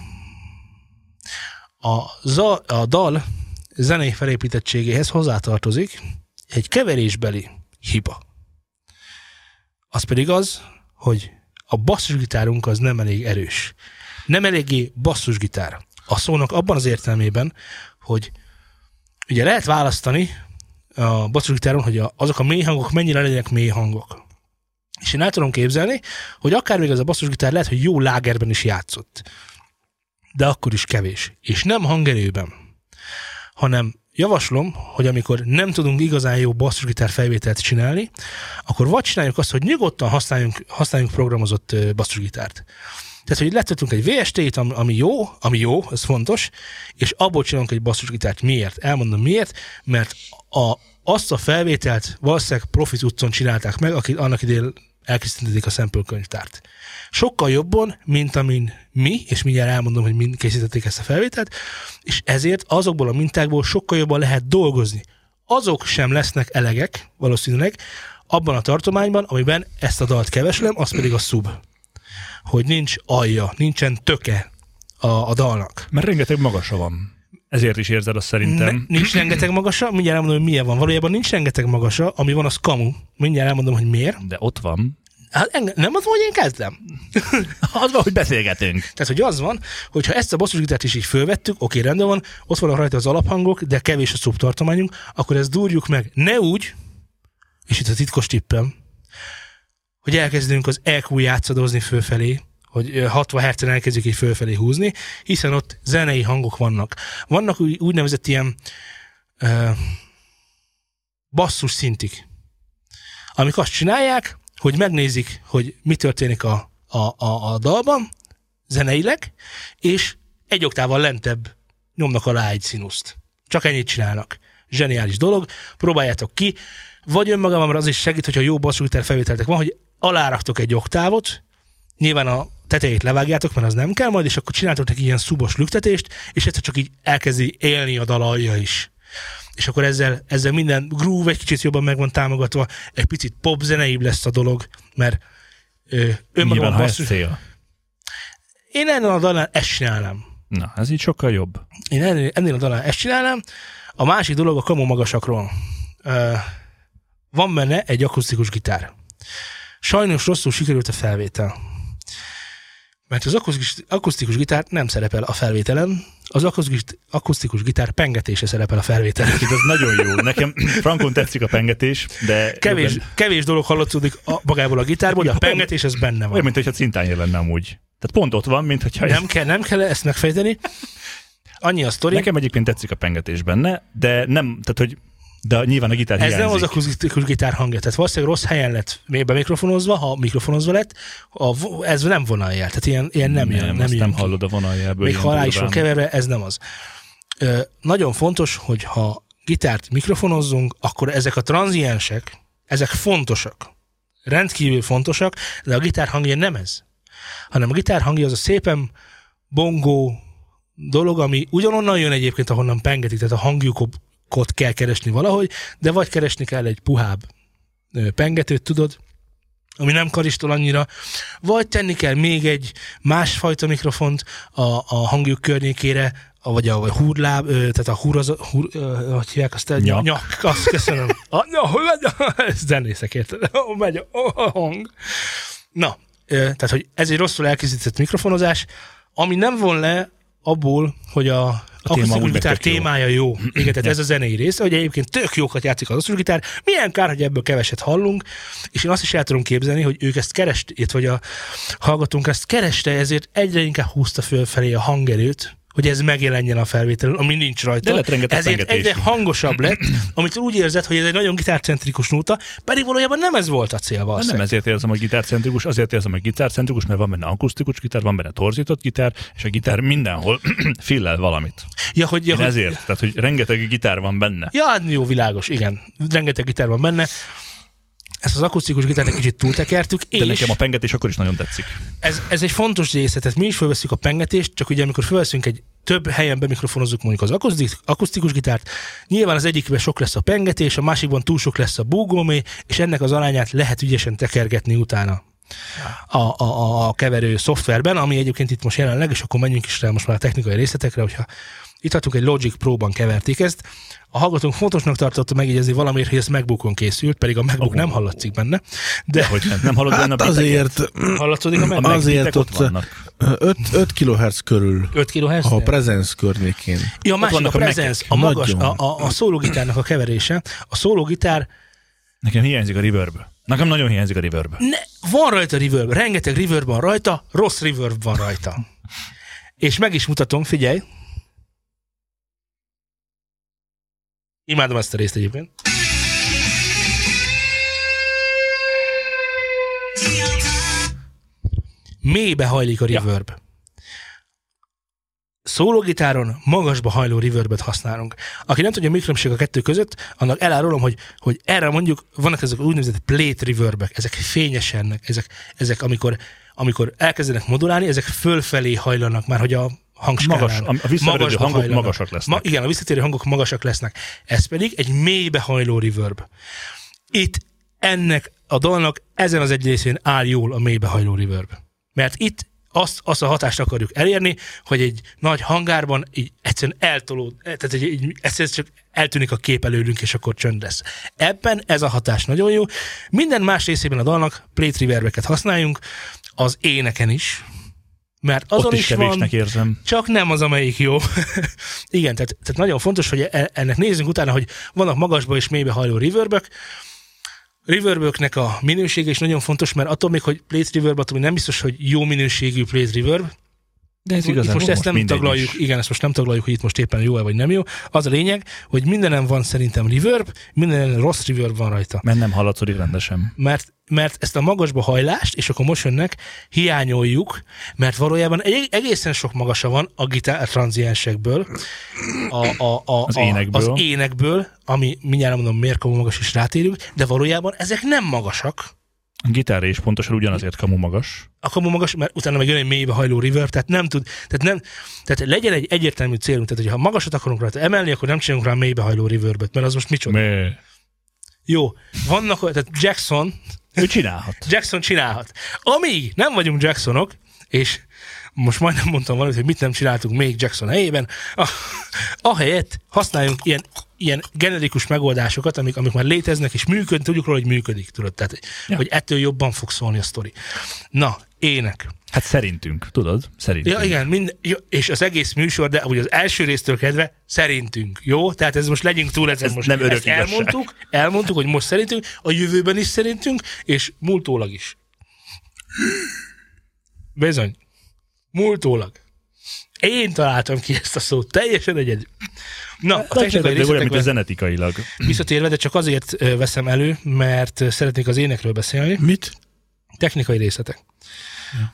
a dal zenei felépítettségéhez hozzátartozik egy keverésbeli hiba. Az pedig az, hogy a basszusgitárunk az nem elég erős. Nem eléggé basszusgitár. A szónak abban az értelmében, hogy ugye lehet választani a basszusgitáron, hogy azok a mély hangok mennyire legyenek mély hangok. És én el tudom képzelni, hogy akár még az a basszusgitár lehet, hogy jó lágerben is játszott. De akkor is kevés. És nem hangerőben, hanem javaslom, hogy amikor nem tudunk igazán jó basszusgitár felvételt csinálni, akkor vagy csináljuk azt, hogy nyugodtan használjunk programozott basszusgitárt. Tehát, hogy letettünk egy VST-t, ami jó, ez fontos, és abból csinálunk egy basszusgitárt. Miért? Elmondom miért, mert azt a felvételt valószínűleg profi cuccon csinálták meg, akik annak idején elkészítették a sample könyvtárt. Sokkal jobban, mint amin mi, és mindjárt elmondom, hogy mind készítették ezt a felvételt, és ezért azokból a mintákból sokkal jobban lehet dolgozni. Azok sem lesznek elegek, valószínűleg, abban a tartományban, amiben ezt a dalt keveslem, az pedig a sub. Hogy nincs alja, nincsen töke a dalnak.
Mert rengeteg magasa van. Ezért is érzed azt szerintem.
Nincs rengeteg magasa, mindjárt elmondom, hogy milyen van. Valójában nincs rengeteg magasa, ami van, az kamu. Mindjárt elmondom, hogy miért.
De ott van.
Hát nem az van, hogy én kezdem.
Az van, hogy beszélgetünk.
Tehát, hogy az van, hogyha ezt a basszusgitárt is így fölvettük, oké, rendben van, ott vannak rajta az alaphangok, de kevés a szubtartományunk, akkor ezt durjuk meg. Ne úgy, és itt a titkos tippem, hogy elkezdünk az EQ játszadozni fölfelé, hogy 60 Hz-en elkezdjük így fölfelé húzni, hiszen ott zenei hangok vannak. Vannak úgynevezett ilyen basszus szintik, amik azt csinálják, hogy megnézik, hogy mi történik a dalban, zeneileg, és egy oktával lentebb nyomnak alá egy színuszt. Csak ennyit csinálnak. Zseniális dolog, próbáljátok ki, vagy önmagában az is segít, hogyha jó basszusgitár felvételtek van, hogy aláraktok egy oktávot, nyilván a tetejét levágjátok, mert az nem kell majd, és akkor csináltok neki ilyen szubos lüktetést, és egyszer csak így elkezdi élni a dal alja is. És akkor ezzel minden groove egy kicsit jobban meg van támogatva, egy picit pop zeneibb lesz a dolog, mert önmagában basszus... Én ennél a dalán ezt csinálnám.
Na, ez így sokkal jobb.
Én ennél a dalán ezt csinálnám. A másik dolog a kamu magasakról. Van benne egy akusztikus gitár. Sajnos rosszul sikerült a felvétel. Mert az akusztikus gitár nem szerepel a felvételen, az akusztikus gitár pengetése szerepel a felvételen.
Ez nagyon jó. Nekem frankon tetszik a pengetés, de...
Kevés dolog hallatszódik magából a gitárból, de a pengetés ez benne van.
Olyan, mint hogyha cintányér lenne amúgy. Tehát pont ott van, mint hogyha...
Nem kell ezt megfejteni. Annyi a sztori.
Nekem egyébként tetszik a pengetés benne, de nem, tehát hogy de nyilván a gitár hiányzik.
Ez nem az akusztikus gitár hangja, tehát valószínűleg rossz helyen lett bemikrofonozva, ha mikrofonozva lett, ez nem vonaljel, tehát ilyen nem jön.
Nem hallod a vonaljelből.
Még ha alá is van keverve, ez nem az. Nagyon fontos, hogy ha gitárt mikrofonozzunk, akkor ezek a tranziensek, ezek fontosak. Rendkívül fontosak, de a gitár hangja nem ez. Hanem a gitár hangja az a szépen bongó dolog, ami ugyanonnan jön egyébként, ahonnan pengetik, tehát a hangjukot kell keresni valahogy, de vagy keresni kell egy puhább pengetőt, tudod, ami nem karistol annyira, vagy tenni kell még egy másfajta mikrofont a hangjuk környékére, vagy a húrláb, tehát a hogy hívják azt? Nyak, azt köszönöm. Ez zenészek, érted? Megy a hang. Na, tehát, hogy ez egy rosszul elkészített mikrofonozás, ami nem von le abból, hogy a akusztikus gitár témája jó. Igen, tehát ez a zenei része, hogy egyébként tök jókat játszik az akusztikus gitár, milyen kár, hogy ebből keveset hallunk, és én azt is el tudom képzelni, hogy ők ezt keresték, vagy a hallgatónk ezt kereste, ezért egyre inkább húzta fölfelé a hangerőt, hogy ez megjelenjen a felvételen, ami nincs rajta. Ezért egyre hangosabb lett, amit úgy érzed, hogy ez egy nagyon gitárcentrikus nóta, pedig valójában nem ez volt a cél.
Nem ezért érzem, hogy gitárcentrikus, azért érzem, hogy gitárcentrikus, mert van benne akusztikus gitár, van benne torzított gitár, és a gitár mindenhol fillel valamit. Ezért, tehát hogy rengeteg gitár van benne.
Ja, jó, világos, igen. Rengeteg gitár van benne. Ezt az akusztikus gitárt egy kicsit túltekertük.
De nekem a pengetés akkor is nagyon tetszik.
Ez egy fontos része, tehát mi is felveszünk a pengetést, csak ugye amikor felveszünk egy több helyen bemikrofonozzuk mondjuk az akusztikus gitárt, nyilván az egyikben sok lesz a pengetés, a másikban túl sok lesz a búgómé, és ennek az arányát lehet ügyesen tekergetni utána a keverő szoftverben, ami egyébként itt most jelenleg, és akkor menjünk is rá most már a technikai részletekre, hogyha Itt hatunk egy Logic Pro-ban keverték ezt. A hallgatónk fontosnak tartotta megjegyezni valamiért, hogy ez MacBookon készült, pedig a MacBook nem hallatszik benne. De
hogy nem hallod benne a
azért,
hallatszódik a MacBook?
azért ott 5 kHz körül,
5 kHz?
a Presence környékén.
Ja, a másik a Presence, a magas,
Nagyon.
a szólógitárnak a keverése. A szólógitár,
Nekem hiányzik a reverb. Nekem nagyon hiányzik a reverb.
van rajta reverb, rengeteg reverb van rajta, rossz reverb van rajta. És meg is mutatom, figyelj. Imádom ezt a részt egyébként. Mélybe hajlik a reverb. Szólógitáron magasba hajló reverbet használunk. Aki nem tudja, mi különbség a kettő között, annak elárulom, hogy erre mondjuk vannak ezek úgynevezett plate reverbek, ezek fényesennek, ezek amikor elkezdenek modulálni, ezek fölfelé hajlanak már, hogy a hangskálán.
A visszatérő hangok magasak lesznek.
Igen, a visszatérő hangok magasak lesznek. Ez pedig egy mélybe hajló reverb. Itt ennek a dalnak ezen az egy részén áll jól a mélybe hajló reverb. Mert itt azt a hatást akarjuk elérni, hogy egy nagy hangárban így egyszerűen tehát egyszerűen csak eltűnik a kép előlünk, és akkor csönd lesz. Ebben ez a hatás nagyon jó. Minden más részében a dalnak plate reverbeket használjunk, az éneken is, mert azon
ott is
is
kevésnek
van,
érzem.
csak nem az, amelyik jó. Igen, tehát nagyon fontos, hogy ennek nézzünk utána, hogy vannak magasba és mélybe hajló reverbök. Reverböknek a minősége is nagyon fontos, mert attól még, hogy plate reverb, attól még nem biztos, hogy jó minőségű plate reverb.
De ez
Itt most ezt nem taglaljuk, igen, ezt most nem taglaljuk, hogy itt most éppen jó-e vagy nem jó. Az a lényeg, hogy mindenem van szerintem reverb, mindenen rossz reverb van rajta.
Mert nem hallatszódik rendesen.
Mert ezt a magasba hajlást, és akkor motionnek hiányoljuk, mert valójában egészen sok magasa van a gitár tranziensekből, az énekből, ami mindjárt mondom, miért kamu magas is rátérünk, de valójában ezek nem magasak.
A gitárra is pontosan ugyanazért kamu magas.
A kamu magas, mert utána meg jön egy mélybe hajló reverb, tehát legyen egy egyértelmű célunk, tehát hogyha magasat akarunk rajta emelni, akkor nem csinálunk rá mélybe hajló reverbet, mert az most micsoda. Jó, vannak, tehát Jackson...
Ő csinálhat.
Jackson csinálhat. Amíg nem vagyunk Jacksonok, és most majdnem mondtam valamit, hogy mit nem csináltunk még Jackson helyében, ahelyett használjunk ilyen generikus megoldásokat, amik már léteznek, és tudjuk róla, hogy működik, tudod, tehát, hogy ettől jobban fog szólni a sztori. Na, ének.
Hát szerintünk, tudod? Szerintünk.
Ja, igen, és az egész műsor, de ugye az első résztől kedve szerintünk, jó? Tehát ez most legyünk túl, ez most
nem örök
elmondtuk, hogy most szerintünk, a jövőben is szerintünk, és múltólag is. Bizony. Múltólag. Én találtam ki ezt a szót, teljesen egyedül. Na, a technikai részletekben
zenetikailag.
Visszatérve, de csak azért veszem elő, mert szeretnék az énekről beszélni.
Mit?
Technikai részletek. Ja.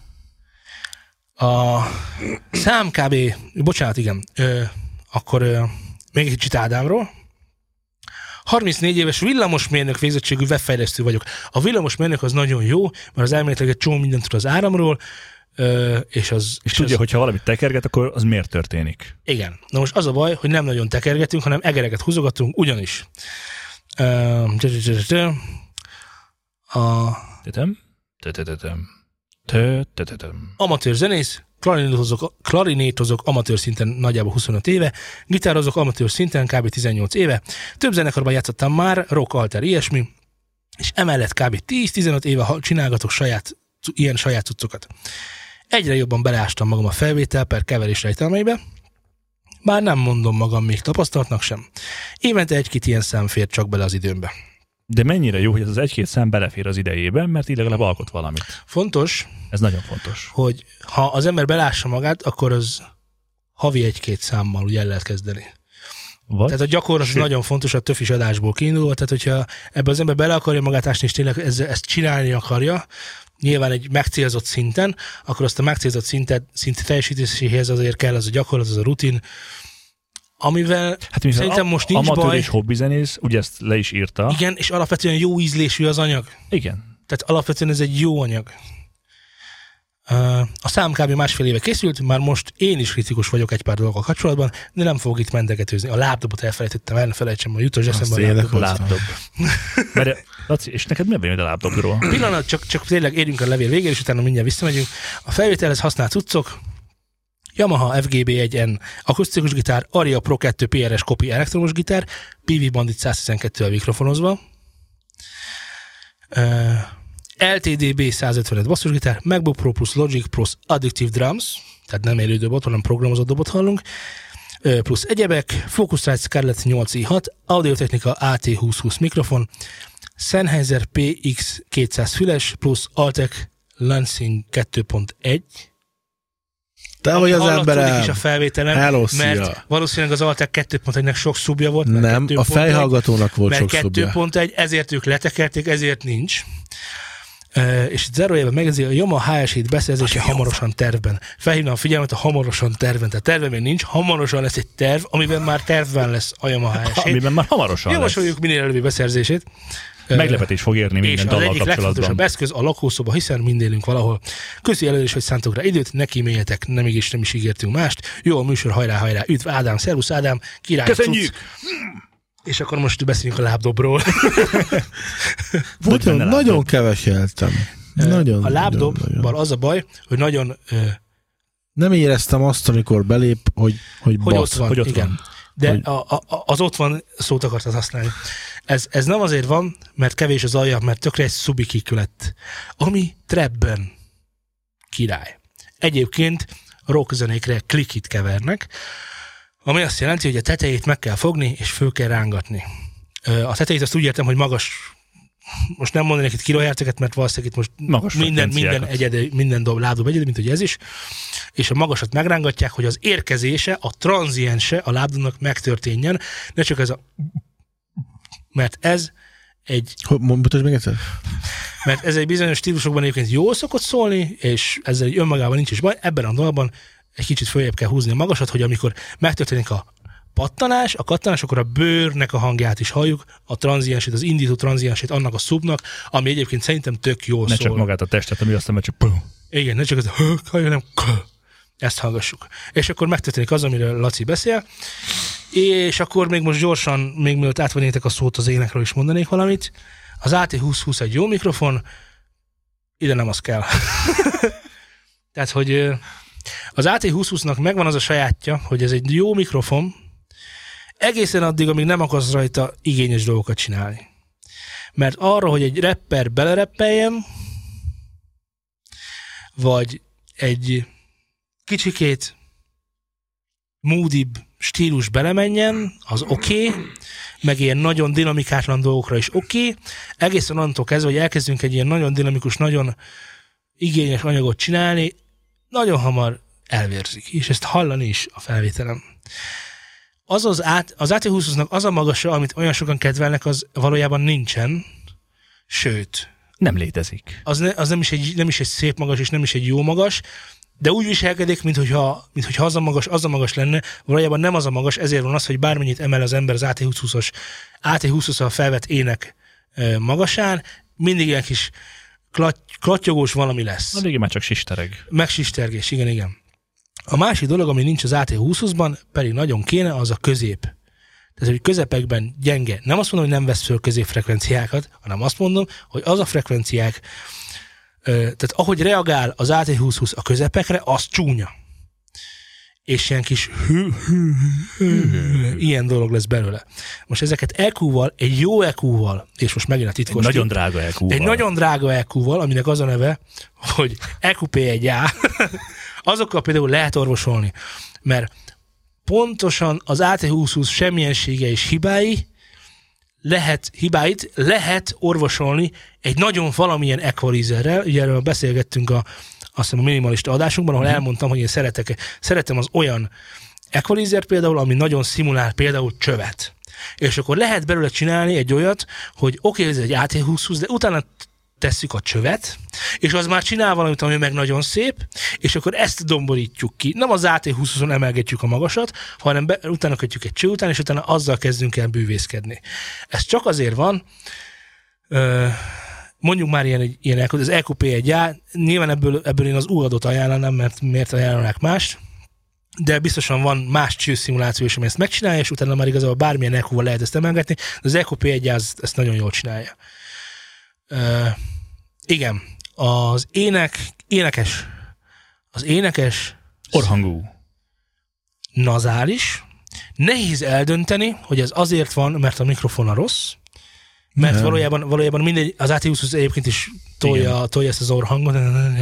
A szám kb. Bocsánat, igen. Akkor még egy kicsit Ádámról. 34 éves villamosmérnök végzettségű webfejlesztő vagyok. A villamosmérnök az nagyon jó, mert az elméletileg egy csomó mindent tud az áramról, és
tudja, hogyha valamit tekerget, akkor az miért történik?
Igen. Na most az a baj, hogy nem nagyon tekergetünk, hanem egereket húzogatunk, ugyanis. Amatőr zenész, klarinétozok amatőr szinten nagyjából 25 éve, gitározok amatőr szinten kb. 18 éve, több zenekarban játszottam már, rock, alter, ilyesmi, és emellett kb. 10-15 éve csinálgatok ilyen saját cuccokat. Egyre jobban beleástam magam a felvétel per keverés rejtelmeibe, bár nem mondom magam még tapasztaltnak sem. Évente egy-két ilyen szám fér csak bele az időmbe.
De mennyire jó, hogy ez az egy-két szám belefér az idejében, mert így legalább alkot valamit.
Fontos.
Ez nagyon fontos.
Hogy ha az ember belássa magát, akkor az havi egy-két számmal ugye el lehet kezdeni. Tehát a gyakorlat nagyon fontos, a többis adásból kiindulva, tehát hogyha ebbe az ember bele akarja magát ásni, és tényleg ezt csinálni akarja, nyilván egy megcélzott szinten, akkor azt a megcélzott szint teljesítéséhez azért kell az a gyakorlat, az a rutin, amivel szerintem most nincs
amatőr
baj.
És hobbizenész, ugye ezt le is írta.
Igen, és alapvetően jó ízlésű az anyag.
Igen.
Tehát alapvetően ez egy jó anyag. A szám kb. Másfél éve készült, már most én is kritikus vagyok egy pár dolgokkal kapcsolatban, de nem fogok itt mendegetőzni. A lábdobot elfelejtettem, el ne felejtsem, hogy jutott eszembe a
lábdob. Laci, és neked mi a lábdobról?
Pillanat, csak tényleg érjünk a levél végére, és utána mindjárt visszamegyünk. A felvételhez használt cuccok, Yamaha FGB1N akusztikus gitár, Aria Pro 2 PRS Copy elektromos gitár, PV Bandit 112-vel mikrofonozva, LTD-B 155 basszusgitár, MacBook Pro plusz Logic plusz Addictive Drums, tehát nem élő dobot, hanem programozott dobot hallunk, plusz egyebek, Focusrite Scarlett 8i6, Audio-Technica AT2020 mikrofon, Sennheiser PX200 füles, plusz Altec Lansing 2.1.
Te vagy az emberem.
Is a felvételen,
Hello,
mert valószínűleg az Altec 2.1-nek sok szubja volt.
Nem, a fejhallgatónak volt sok szubja.
Mert 2.1, ezért ők letekerték, ezért nincs. És itt zárójelben megjegyzi, a Yamaha HS7 beszerzése hamarosan tervben. Felhívnám a figyelmet a hamarosan tervben. Tehát terve még nincs, hamarosan lesz egy terv, amiben már tervben lesz a Yamaha HS7.
Amiben már hamarosan
javasoljuk minél előbbi beszerzését.
Meglepetés fog érni minden dallal kapcsolatban. És az egyik legfontosabb eszköz a lakószoba, hiszen mind élünk valahol. Köszi előre is, hogy szántok rá időt, ne kíméljetek, nem is ígértünk mást. Jó a műsor, hajrá, üdv Ádám, szervusz Ádám, király. Köszönjük!
És akkor most beszéljünk a lábdobról.
Nagyon keveseltem.
A lábdobban az a baj, hogy nagyon...
nem éreztem azt, amikor belép, hogy
ott van. Igen. De az ott van szót akartad használni. Ez nem azért van, mert kevés az alja, mert tökre egy szubikikű lett. Ami trapben király. Egyébként rock zenékre klikit kevernek, ami azt jelenti, hogy a tetejét meg kell fogni, és föl kell rángatni. A tetejét azt úgy értem, hogy magas, most nem mondanék itt kilohertzeket, mert valószínűleg itt most minden lábdob egyedi, mint hogy ez is, és a magasat megrángatják, hogy az érkezése, a tranziense a lábdobnak megtörténjen, ne csak ez a... Mert ez egy...
Mutasd még egyszer?
Mert ez egy bizonyos stílusokban egyébként jól szokott szólni, és ezzel egy önmagában nincs is baj, ebben a dologban egy kicsit följebb kell húzni a magasat, hogy amikor megtörténik a pattanás, akkor a bőrnek a hangját is halljuk, a tranziensét, az indító tranziensét annak a szubnak, ami egyébként szerintem tök jól szól.
Ne csak magát a testet, ami aztán csak...
Igen, ne csak az hanem ezt hallgassuk. És akkor megtörténik az, amiről Laci beszél, és akkor még most gyorsan, még mielőtt átvennétek a szót az énekről is mondanék valamit. Az AT2020 egy jó mikrofon, ide nem az kell. Tehát, hogy az AT2020-nak megvan az a sajátja, hogy ez egy jó mikrofon, egészen addig, amíg nem akarsz rajta igényes dolgokat csinálni. Mert arra, hogy egy rapper belereppeljem, vagy egy kicsikét moodibb stílus belemenjen, az oké, meg ilyen nagyon dinamikátlan dolgokra is oké. Egészen onnantól kezdve, hogy elkezdünk egy ilyen nagyon dinamikus, nagyon igényes anyagot csinálni, nagyon hamar elvérzik, és ezt hallani is a felvételem. Az AT20-nak az a magasa, amit olyan sokan kedvelnek, az valójában nincsen, sőt.
Nem létezik.
Az nem is egy szép magas, és nem is egy jó magas, de úgy viselkedik, mintha az a magas lenne, valójában nem az a magas, ezért van az, hogy bármennyit emel az ember az AT20-as felvett ének magasán, mindig ilyen kis klattyogós valami lesz.
Addig már csak sistereg.
Meg sistergés, igen. A másik dolog, ami nincs az AT20-ban, pedig nagyon kéne, az a közép. Tehát, hogy közepekben gyenge. Nem azt mondom, hogy nem vesz föl középfrekvenciákat, hanem azt mondom, hogy az a frekvenciák, tehát ahogy reagál az AT2020 a közepekre, az csúnya. És ilyen kis ilyen dolog lesz belőle. Most ezeket EQ-val, egy jó EQ-val, és most megint a titkos...
Egy nagyon drága EQ-val.
Egy nagyon drága EQ-val, aminek az a neve, hogy EQP1A, azokkal például lehet orvosolni. Mert pontosan az AT2020 semmilyensége és hibáit lehet orvosolni egy nagyon valamilyen equalizerrel. Ugye erről beszélgettünk azt hiszem a minimalista adásunkban, ahol elmondtam, hogy én szeretem az olyan equalizer például, ami nagyon szimulál például csövet. És akkor lehet belőle csinálni egy olyat, hogy oké, ez egy AT2020, de utána tesszük a csövet, és az már csinál valamit, ami meg nagyon szép, és akkor ezt domborítjuk ki. Nem az AT20-on emelgetjük a magasat, hanem utána kötjük egy cső után, és utána azzal kezdünk el bűvészkedni. Ez csak azért van, mondjuk már ilyen az EQP1A, nyilván ebből én az UAD-ot ajánlanám, mert miért ajánlanák mást, de biztosan van más csőszimuláció is, ami ezt megcsinálja, és utána már igazából bármilyen EQ-val lehet ezt emelgetni, de az EQP1A ezt nagyon jól csinálja. Igen, az énekes
orrhangú.
nazális, nehéz eldönteni, hogy ez azért van, mert a mikrofon a rossz, mert valójában mindegy, az AT20 egyébként is tolja ezt az orrhangot,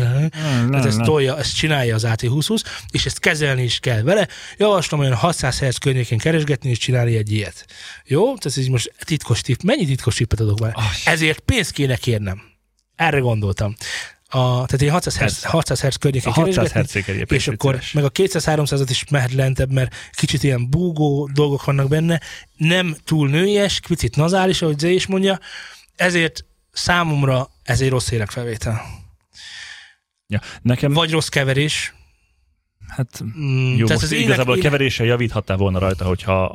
ezt csinálja az AT20, és ezt kezelni is kell vele. Javaslom olyan 600 Hz környékén keresgetni, és csinálni egy ilyet. Jó? Tehát ez így most titkos tipp. Mennyi titkos tippet adok már? Ezért pénzt kéne kérnem. Erre gondoltam. Tehát én 600 Hz környéken keresgetni, és akkor meg a 200-300-at is mehet lentebb, mert kicsit ilyen búgó dolgok vannak benne, nem túl nőies, picit nazális, ahogy Zé is mondja, ezért számomra ez egy rossz énekfelvétel.
Ja, nekem...
Vagy rossz keverés.
Hát jó, most az igazából a keveréssel javíthattál volna rajta, hogyha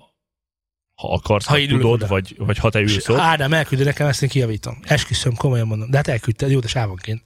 ha akarsz, ha tudod, vagy ha te ülsz ott.
Ádám elküldte nekem, ezt én kijavítom. Esküszöm, komolyan mondom. De hát elküldte, jó, de sávonként.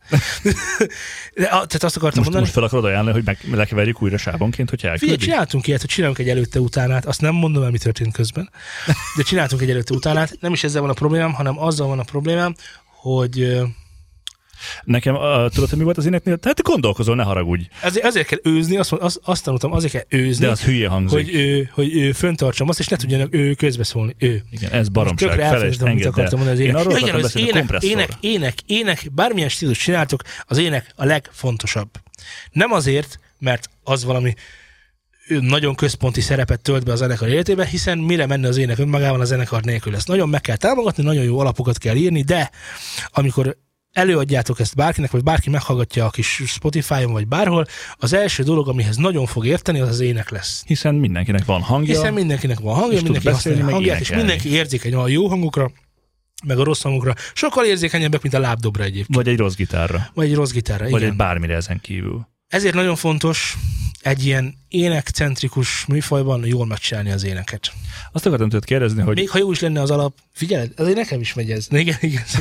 Tehát azt akartam mondani.
Most fel akarod ajánlani, hogy lekeverjük újra sávonként, hogyha elküldi?
Figyelj, csináltunk ilyet, hogy csinálunk egy előtte-utánát. Azt nem mondom el, mi történt közben. De csináltunk egy előtte-utánát. Nem is ezzel van a problémám, hanem azzal van a problémám, hogy...
Nekem, tudod, hogy mi volt az éneknél? Tehát gondolkozol, ne haragudj.
Azért kell őzni, azt tanultam, azért kell őzni.
De az hülye hangzik.
Hogy ő föntartsam azt, és ne tudjanak ő közbeszólni.
Igen, ez baromság. Felejtsd, engedd el. Én arról akartam beszélni, a kompresszorra.
Ének, bármilyen stílus csináltok, az ének a legfontosabb. Nem azért, mert az valami nagyon központi szerepet tölt be a zenekar életében, hiszen mire menne az ének önmagában a zenekar nélkül. Ezt nagyon meg kell támogatni, nagyon jó alapokat kell írni, de amikor előadjátok ezt bárkinek, vagy bárki meghallgatja a kis Spotify-on, vagy bárhol, az első dolog, amihez nagyon fog érteni, az ének lesz.
Hiszen mindenkinek van hangja,
mindenki használja a hangját, és mindenki érzékeny a jó hangokra, meg a rossz hangokra. Sokkal érzékenyebbek, mint a lábdobra egyébként.
Vagy egy rossz gitárra.
Vagy
igen. Egy bármire ezen kívül.
Ezért nagyon fontos egy ilyen énekcentrikus műfajban jól megcsinálni az éneket.
Azt akartam tőled kérdezni, hogy...
Még ha jó is lenne az alap, figyelj, azért nekem is megy ez. Igen.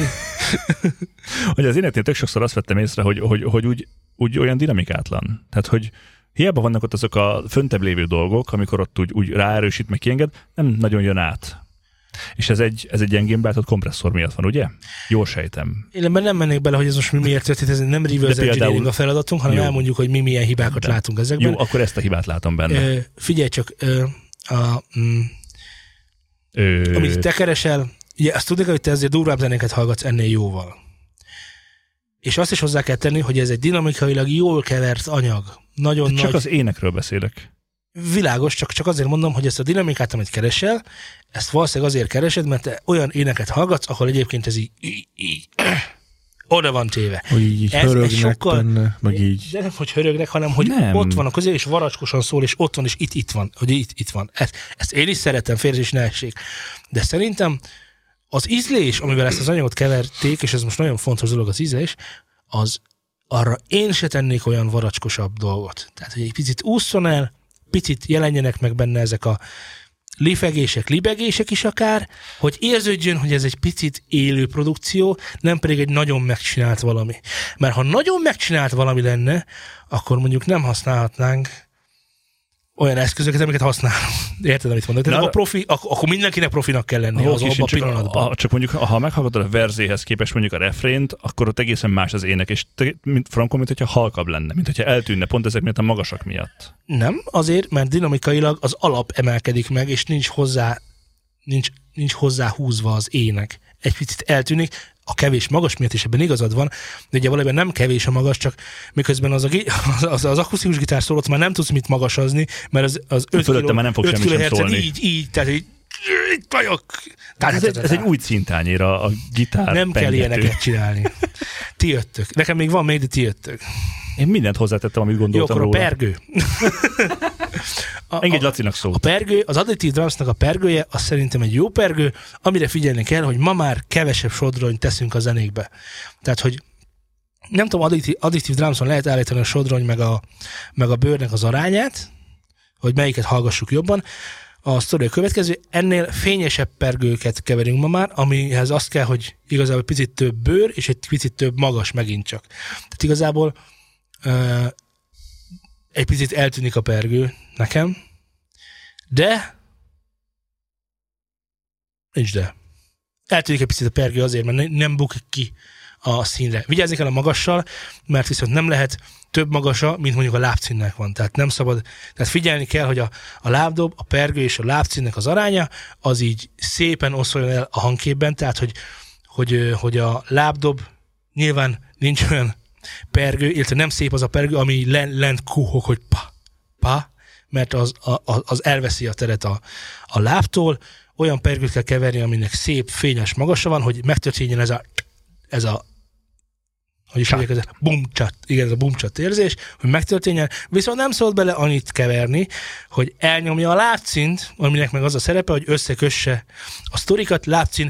Hogy az éneknél tök sokszor azt vettem észre, hogy úgy olyan dinamikátlan. Tehát, hogy hiába vannak ott azok a föntebb lévő dolgok, amikor ott úgy ráerősít, meg kienged, nem nagyon jön át. És ez egy gyengén beállított kompresszor miatt van, ugye? Jól sejtem.
Én ebben nem mennék bele, hogy ez most miért történt, ez nem reverse engineering a feladatunk, hanem elmondjuk, hogy mi milyen hibákat látunk ezekben.
Jó, akkor ezt a hibát látom benne.
Figyelj csak, amit te keresel, ugye azt tudni, hogy te ezért durvább zenéket hallgatsz ennél jóval. És azt is hozzá kell tenni, hogy ez egy dinamikailag jól kevert anyag. Nagyon
csak
nagy...
az énekről beszélek.
Világos, csak azért mondom, hogy ezt a dinamikát, amit keresel, ezt valószínűleg azért keresed, mert te olyan éneket hallgatsz, ahol egyébként ez így oda van téve.
Hogy így hörögnek sokkal, benne, meg így.
De nem, hogy hörögnek, hanem hogy nem. Ott van a közé, és varacskosan szól, és ott van, és itt van. Hogy itt van. Ezt én is szeretem, félreértés ne essék. De szerintem az ízlés, amivel ezt az anyagot keverték, és ez most nagyon fontos dolog az ízlés, az arra én se tennék olyan varacskosabb dolgot. Tehát, hogy egy picit ússzon el, picit jelenjenek meg benne ezek a lifegések, libegések is akár, hogy érződjön, hogy ez egy picit élő produkció, nem pedig egy nagyon megcsinált valami. Mert ha nagyon megcsinált valami lenne, akkor mondjuk nem használhatnánk olyan eszközöket, amiket használunk. Érted, amit mondok? Tehát akkor mindenkinek profinak kell lenni az abban a pillanatban.
Csak mondjuk, ha meghallgatod a verzéhez képest mondjuk a refrént, akkor ott egészen más az ének, és frankon, mint hogyha halkabb lenne, mint hogyha eltűnne pont ezek miatt a magasak miatt. Nem, azért, mert dinamikailag az alap emelkedik meg, és nincs hozzá húzva az ének. Egy picit eltűnik, a kevés magas miatt is ebben igazad van, de ugye valójában nem kevés a magas, csak miközben az akusztikus gitár szólót már nem tudsz mit magasazni, mert az 5 kHz így, tehát így vagyok. Ez egy új szintányér a gitár.
Nem kell ilyeneket csinálni. Ti jöttök. Nekem még van még, de ti jöttök.
Én mindent hozzátettem, amit gondoltam róla.
Jó, akkor a pergő.
Engedj Lacinak szót.
A pergő, az Additive Drumsnak a pergője, az szerintem egy jó pergő, amire figyelni kell, hogy ma már kevesebb sodronyt teszünk a zenékbe. Tehát, hogy nem tudom, Additive Drumson lehet állítani a sodrony meg a bőrnek az arányát, hogy melyiket hallgassuk jobban. A sztori a következő, ennél fényesebb pergőket keverünk ma már, amihez azt kell, hogy igazából picit több bőr, és egy picit több magas megint csak. Tehát igazából egy picit eltűnik a pergő nekem, de nincs de. Eltűnik egy picit a pergő azért, mert nem bukik ki a színre. Vigyázni kell a magassal, mert viszont nem lehet több magasa, mint mondjuk a lábcínnek van. Tehát nem szabad, tehát figyelni kell, hogy a lábdob, a pergő és a lábcínnek az aránya, az így szépen oszoljon el a hangképben, tehát hogy a lábdob nyilván nincs olyan pergő, illetve nem szép az a pergő, ami lent kuhog, hogy pa, mert az elveszi a teret a lábtól. Olyan pergőt kell keverni, aminek szép, fényes magasa van, hogy megtörténjen ez a hogy is mondják, ez a bumcsat, igen, ez a bumcsat érzés, hogy megtörténjen, viszont nem szabad bele annyit keverni, hogy elnyomja a lábcínt, aminek meg az a szerepe, hogy összekösse a sztorikat. Lábcín,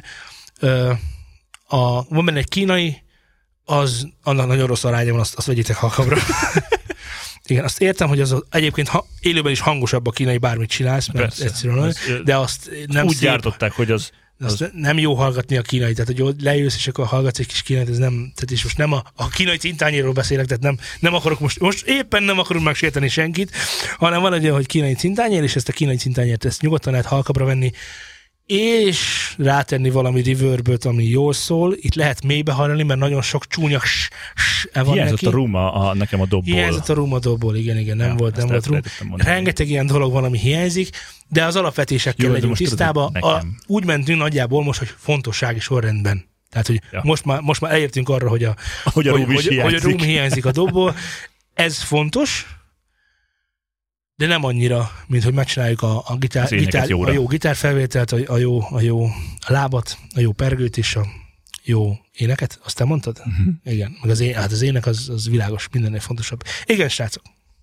van benne egy kínai, az annak nagyon rossz aránya van, azt vegyétek halkabbra. Igen, azt értem, hogy az egyébként élőben is hangosabb a kínai, bármit csinálsz, mert persze, egyszerűen, de azt nem
úgy
szép.
Gyártották, hogy az
nem jó hallgatni a kínai, tehát hogy leülsz, és akkor hallgatsz egy kis kínait, ez nem, tehát és most nem a kínai cintányéről beszélek, tehát nem akarok most éppen nem akarunk megsérteni senkit, hanem van egy olyan, hogy kínai cintányér, és ezt a kínai cintányért ezt nyugodtan lehet halkabbra venni, és rátenni valami reverböt, ami jól szól. Itt lehet mélybe hallani, mert nagyon sok csúnya van
hiányzott
neki.
A ruma nekem a dobból.
Hiányzott a ruma dobból, igen, nem volt rum. Rengeteg ilyen dolog van, ami hiányzik, de az alapvetésekkel legyünk tisztában. Úgy mentünk nagyjából most, hogy fontossági sorrendben. Tehát, hogy most már elértünk arra, hogy a rum hiányzik a dobból. Ez fontos, de nem annyira, mint hogy megcsináljuk a jó gitárfelvételt, a jó lábat, a jó pergőt és a jó éneket. Azt te mondtad? Uh-huh. Igen, meg az ének az világos, mindennél fontosabb. Igen, srácok.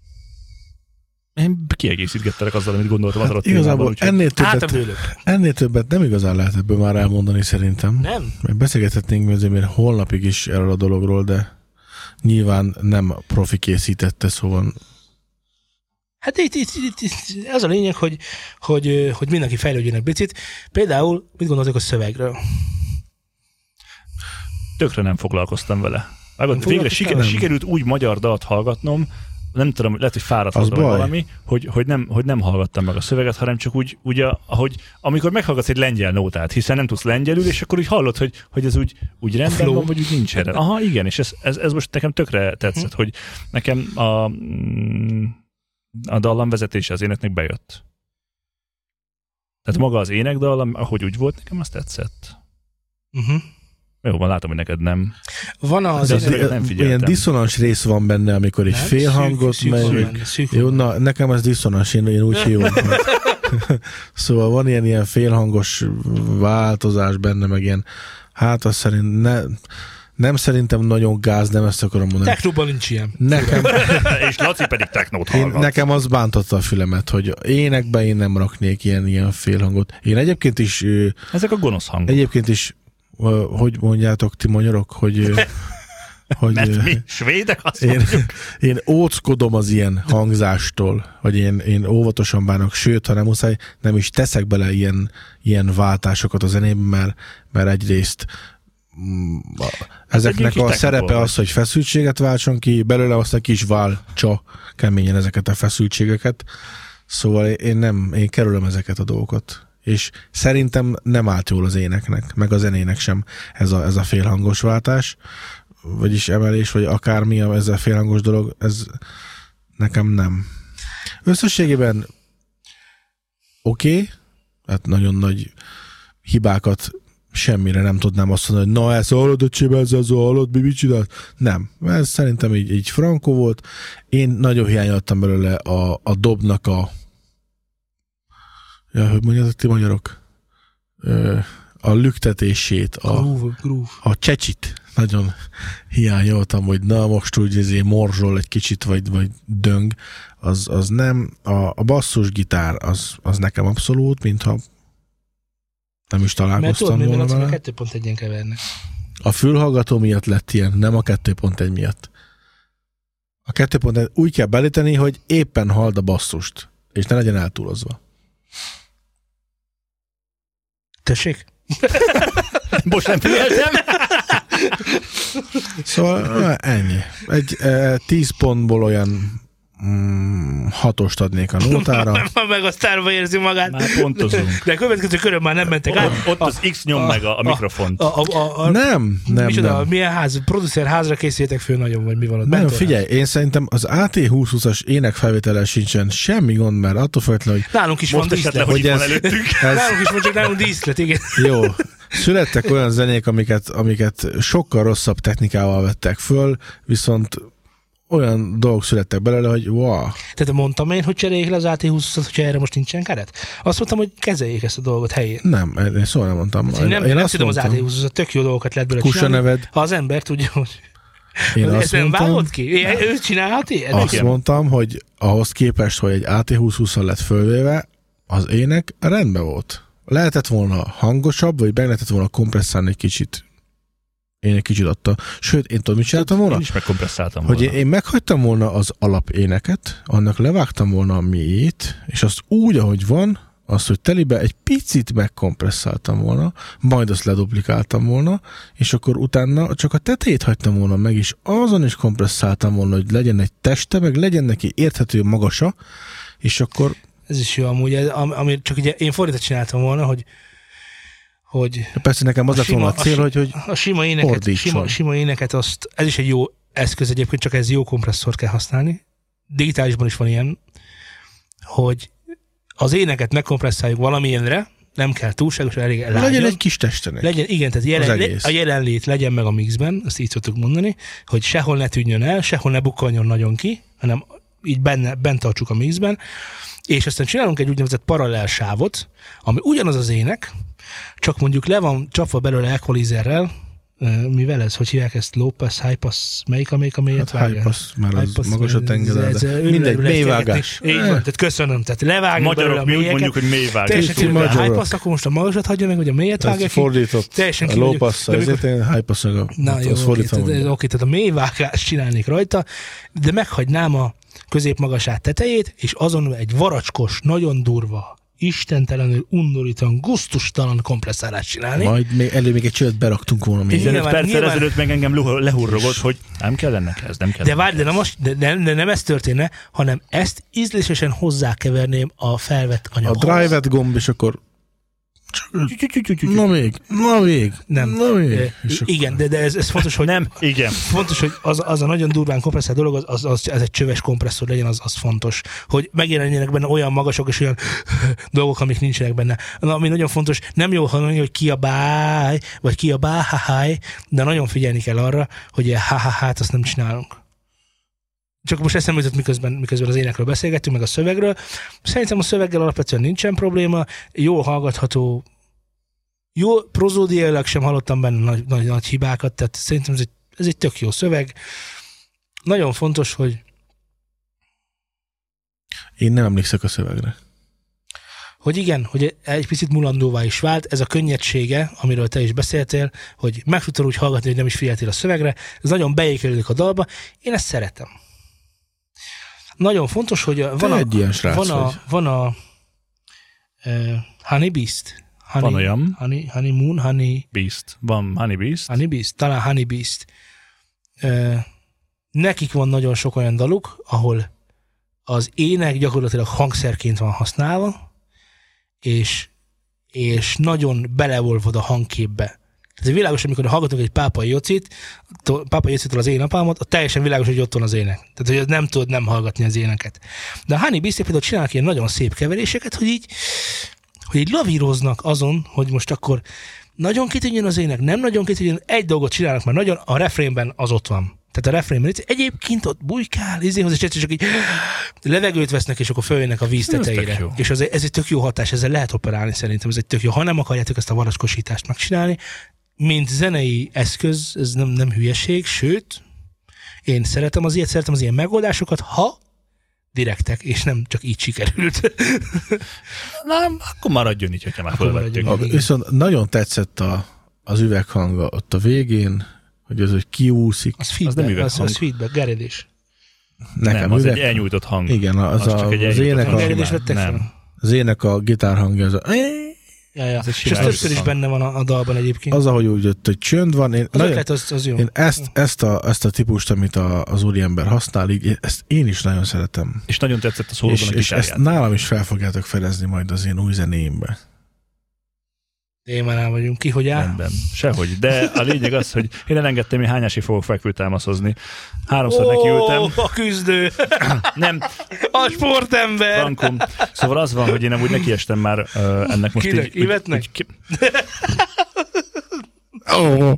Én kiegészítgettelek azzal, amit gondoltam az alatt.
Igazából ennél többet nem igazán lehet ebből már elmondani szerintem.
Nem?
Beszélgethetnénk még holnapig is erről a dologról, de nyilván nem profi készítette, szóval...
Hát itt az a lényeg, hogy mindenki fejlődjön egy picit. Például, mit gondoltok a szövegről?
Tökre nem foglalkoztam vele. Végre sikerült úgy magyar dalt hallgatnom, nem tudom, lehet, hogy fáradt voltam valami, hogy nem hallgattam meg a szöveget, hanem csak úgy ahogy amikor meghallgatsz egy lengyel nótát, hiszen nem tudsz lengyelül, és akkor úgy hallod, hogy ez úgy rendben van, vagy úgy nincs erre. Aha, igen, és ez most nekem tökre tetszett, hogy nekem a dallam vezetése az éneknek bejött. Tehát maga az énekdallam, ahogy úgy volt, nekem azt tetszett. Jó, van, látom, hogy neked nem.
Van
ilyen diszonans rész van benne, amikor egy félhangot jó, na, nekem ez diszonans, én úgy hívom. Szóval van ilyen félhangos változás benne, meg ilyen, hát azt szerint nem szerintem nagyon gáz, nem ezt akarom mondani.
Technóban nincs ilyen.
És Laci pedig technót hallgat.
Nekem az bántotta a fülemet, hogy énekben én nem raknék ilyen félhangot. Én egyébként is...
Ezek a gonosz hangok.
Egyébként is, hogy mondjátok ti magyarok, hogy
mert mi svédek azt mondjuk.
Én óckodom az ilyen hangzástól, hogy én óvatosan bánok, sőt, ha nem muszáj, nem is teszek bele ilyen váltásokat a zenében, mert egyrészt ezeknek a szerepe az, hogy feszültséget váltson ki, belőle aztán ki is váltsa keményen ezeket a feszültségeket. Szóval én kerülöm ezeket a dolgokat. És szerintem nem állt jól az éneknek, meg a zenének sem ez a félhangos váltás, vagyis emelés, vagy akármi ez a félhangos dolog, ez nekem nem. Összességében oké, hát nagyon nagy hibákat semmire nem tudnám azt mondani, hogy na, ezt hallod, öcsébe, ezzel hallod, mit csinálsz? Nem. Ez szerintem így frankó volt. Én nagyon hiányoltam belőle a dobnak hogy mondjátok ti magyarok? A lüktetését, a csecsit. Nagyon hiányoltam, hogy na, most úgy morzsol egy kicsit, vagy döng. Az nem. A basszusgitár az nekem abszolút, mintha nem is találkoztam volna vele.
Mert 2.1-en kevernek.
A fülhallgató miatt lett ilyen, nem a 2.1 miatt. A 2.1 úgy kell belíteni, hogy éppen halld a basszust, és ne legyen eltúlozva.
Tessék?
Most nem figyeltem.
Szóval ennyi. Egy 10 pontból olyan 6-ost adnék a nótára.
Meg a sztárba érzi magát.
Már pontozunk.
De a következő körön már nem mentek át.
Ott az X nyom meg a mikrofont.
Nem.
Milyen ház? Producer házra készítek föl nagyon, vagy mi van ott?
Nem, figyelj, én szerintem az AT2020-as énekfelvétellel sincsen semmi gond, mert attól feltétlenül, hogy
nálunk is van díszlet.
hogy van előttünk.
Nálunk is van, csak nálunk díszlet, igen.
jó. Születtek olyan zenék, amiket sokkal rosszabb technikával vettek föl, viszont olyan dolgok születtek belőle, hogy wow.
Tehát mondtam én, hogy cseréljék le az AT20-at, hogyha erre most nincsen keret? Azt mondtam, hogy kezeljék ezt a dolgot helyén.
Nem, én szóval nem mondtam.
Hát nem tudom, az AT20-at tök jó dolgokat lehet belőle csinálni.
Neved.
Ha az ember tudja, hogy
én
ezt
azt
nem
mondtam,
vágod ki? Ő csinálhat
azt mondtam, hogy ahhoz képest, hogy egy AT20-20-al lett fölvéve, az ének rendben volt. Lehetett volna hangosabb, vagy meg lehetett volna kompresszálni egy kicsit. Én egy kicsit adta. Sőt, én tudom, mit csináltam volna?
Én is megkompresszáltam
volna.
Hogy
én meghagytam volna az alapéneket, annak levágtam volna a mélyét, és azt úgy, ahogy van, azt, hogy telibe egy picit megkompresszáltam volna, majd azt leduplikáltam volna, és akkor utána csak a tetejét hagytam volna meg, és azon is kompresszáltam volna, hogy legyen egy teste, meg legyen neki érthető magasa, és akkor...
Ez is jó amúgy, ami csak ugye én fordítat csináltam volna, hogy
persze nekem az lett volna a cél, hogy
a sima éneket azt, ez is egy jó eszköz egyébként, csak ez jó kompresszort kell használni. Digitálisban is van ilyen, hogy az éneket megkompresszáljuk valamilyenre, nem kell túlságosan elég lágyan.
Legyen egy kis testenek.
Legyen, igen, tehát a jelenlét legyen meg a mixben, azt így szoktuk mondani, hogy sehol ne tűnjön el, sehol ne bukkanjon nagyon ki, hanem így bent tartsuk a mixben, és aztán csinálunk egy úgynevezett paralel sávot, ami ugyanaz az ének, csak mondjuk le van csapva belőle equalizerrel, mivel ez, hogy hívják ezt, low pass, high pass, melyik a mélyet
vágja? High pass, mert az magasat engedel, de mindegy, mélyvágás.
Így van, tehát köszönöm, tehát levágjuk belőle a mélyeket.
Mondjuk, hogy mélyvágás.
Teljesen a high pass, akkor most a magasat hagyja meg, hogy a mélyet vágja ki.
Fordított, a low pass, ezért én high pass, az fordítom.
Oké, tehát a mélyvágást csinálnék rajta, de meghagynám a középmagasát tetejét, és azon egy varacskos, nagyon durva, istentelenül undorítóan, gusztustalan kompresszálást csinálni.
Majd még egy csőt beraktunk volna még.
15 perccel ezelőtt meg engem lehurrogott, hogy nem kell ennek ez, nem kell.
De várj, de nem ez történne, hanem ezt ízlésesen hozzákeverném a felvett anyaghoz.
A drive-et gomb, és akkor Na még.
Nem. Igen, de ez fontos, hogy
nem. Igen.
Fontos, hogy az a nagyon durván kompresszál dolog, az egy csöves kompresszor legyen, az fontos. Hogy megjelenjenek benne olyan magasok és olyan dolgok, amik nincsenek benne. Ami nagyon fontos, nem jó hallani, hogy kiabálj, vagy kiabálháj, de nagyon figyelni kell arra, hogy ilyen ha-ha-hát azt nem csinálunk. Csak most eszembe jutott, miközben az énekről beszélgettünk, meg a szövegről. Szerintem a szöveggel alapvetően nincsen probléma, jól hallgatható, jó, prozódiailag sem hallottam benne nagy hibákat, tehát szerintem ez egy tök jó szöveg. Nagyon fontos, hogy...
Én nem emlékszek a szövegre.
Hogy igen, hogy egy picit mulandóvá is vált, ez a könnyedsége, amiről te is beszéltél, hogy meg tudtad úgy hallgatni, hogy nem is figyeltél a szövegre, ez nagyon beékelődik a dalba, én ezt szeretem. Nagyon fontos, hogy van a Honey Beast.
Van olyan.
Honeymoon, Honey...
Beast. Van Honey Beast.
Honey Beast, talán Honey Beast. Nekik van nagyon sok olyan daluk, ahol az ének gyakorlatilag hangszerként van használva, és nagyon beleolvad a hangképbe. Ez világos, amikor hallgatunk egy Pápai Jocitól az én apámat, teljesen világos, hogy ott van az ének. Tehát, hogy nem tudod nem hallgatni az éneket. De a Honey Beast például csinálnak ilyen nagyon szép keveréseket, hogy így lavíroznak azon, hogy most akkor nagyon kitűnjön az ének, nem nagyon kitűnjön, egy dolgot csinálnak, mert nagyon a refrénben az ott van. Tehát a refrénben egyébként ott bujkál, és csak így levegőt vesznek, és akkor följönnek a víz tetejére. És ez egy tök jó hatás, ezzel lehet operálni szerintem, ez egy tök jó. Ha nem akarjátok ezt a varacskosítást megcsinálni, mint zenei eszköz, ez nem hülyeség, sőt, én szeretem az ilyen megoldásokat, ha direktek, és nem csak így sikerült.
Nem, akkor maradjon így, hogyha már fölvettük.
Viszont nagyon tetszett az üveghanga ott a végén, hogy az, hogy kiúszik.
Az feedback, az feedback, geredés.
Nem, az egy elnyújtott hang.
Igen, az ének
nem.
Az ének a gitárhangja, az
Ja.
Ez egy
És ez
sima
többször is
előszak.
benne van a dalban egyébként.
Az, ahogy úgy jött, hogy csönd van,
Az ötlet az jó.
én ezt a típust, amit az úriember használ, így, ezt én is nagyon szeretem.
És nagyon tetszett a szólóban a
És ezt
gitárját.
nálam is fel fogjátok fedezni majd az én új zenéimbe.
Témánál vagyunk, ki hogy áll.
Rendben. Sehogy. De a lényeg az, hogy én elengedtem, hogy hányásig fogok fekvőtámaszozni. 3-szor nekiültem.
A küzdő,
Nem,
a sportember.
Frankom. Szóval az van, hogy én amúgy nekiestem már ennek most
Kinek? Ivetnek?
Oh.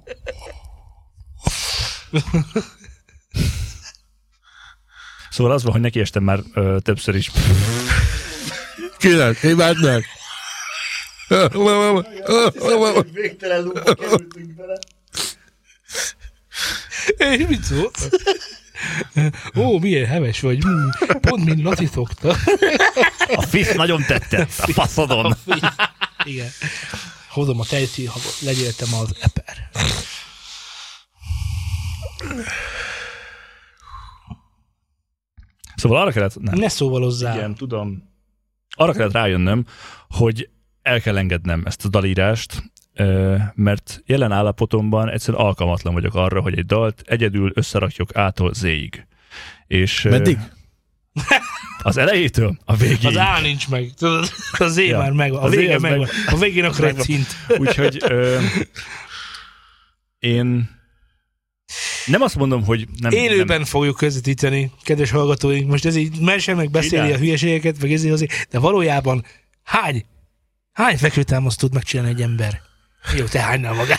Szóval az van, hogy nekiestem már többször is.
Kinek? Ivetnek?
Végtelen lúgba kerültünk bele.
És mit szól? Ó, milyen heves vagy. Pont mint Laci szokta.
A FIF nagyon tetszett. A faszodon.
Igen. Hozom a tejszínhabot, legyéltem az eper.
Szóval arra kellett... Nem.
Ne szóvalozzál.
Igen, tudom. Arra kellett rájönnöm, hogy el kell engednem ezt a dalírást, mert jelen állapotomban egyszerűen alkalmatlan vagyok arra, hogy egy dalt egyedül összerakjuk A-tól Z-ig. És
Meddig?
az elejétől a végéig.
Az A nincs meg. Tudod, a Z
Ja.
már megvan. A
A Z
vége
az
megvan. A végén akkor egy
megvan.
szint.
Úgyhogy én nem azt mondom, hogy nem...
Élőben fogjuk közvetíteni, kedves hallgatóink. Most ez így mersen meg beszéli
Csinál.
a hülyeségeket, meg ezért, de valójában hány fekvőtámaszt tud megcsinálni egy ember? Jó, te hánynál magát?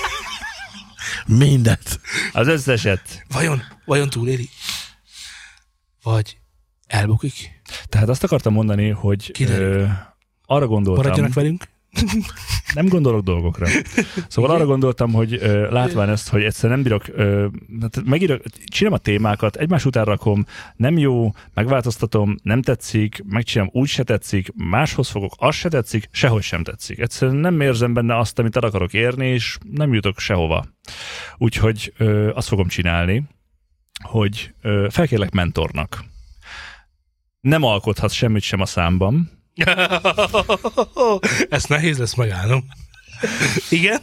Mindet.
Az összeset.
Vajon túléli? Vagy elbukik?
Tehát azt akartam mondani, hogy
Kiderül.
arra gondoltam...
Maradjanak velünk?
Nem gondolok dolgokra. Szóval arra gondoltam, hogy látván ezt, hogy egyszer nem bírok, csinálom a témákat, egymás után rakom, nem jó, megváltoztatom, nem tetszik, megcsinálom, úgy se tetszik, máshoz fogok, az se tetszik, sehogy sem tetszik. Egyszerűen nem érzem benne azt, amit el akarok érni, és nem jutok sehova. Úgyhogy azt fogom csinálni, hogy felkérlek mentornak. Nem alkothatsz semmit sem a számban,
Ezt nehéz lesz megállnom. Igen?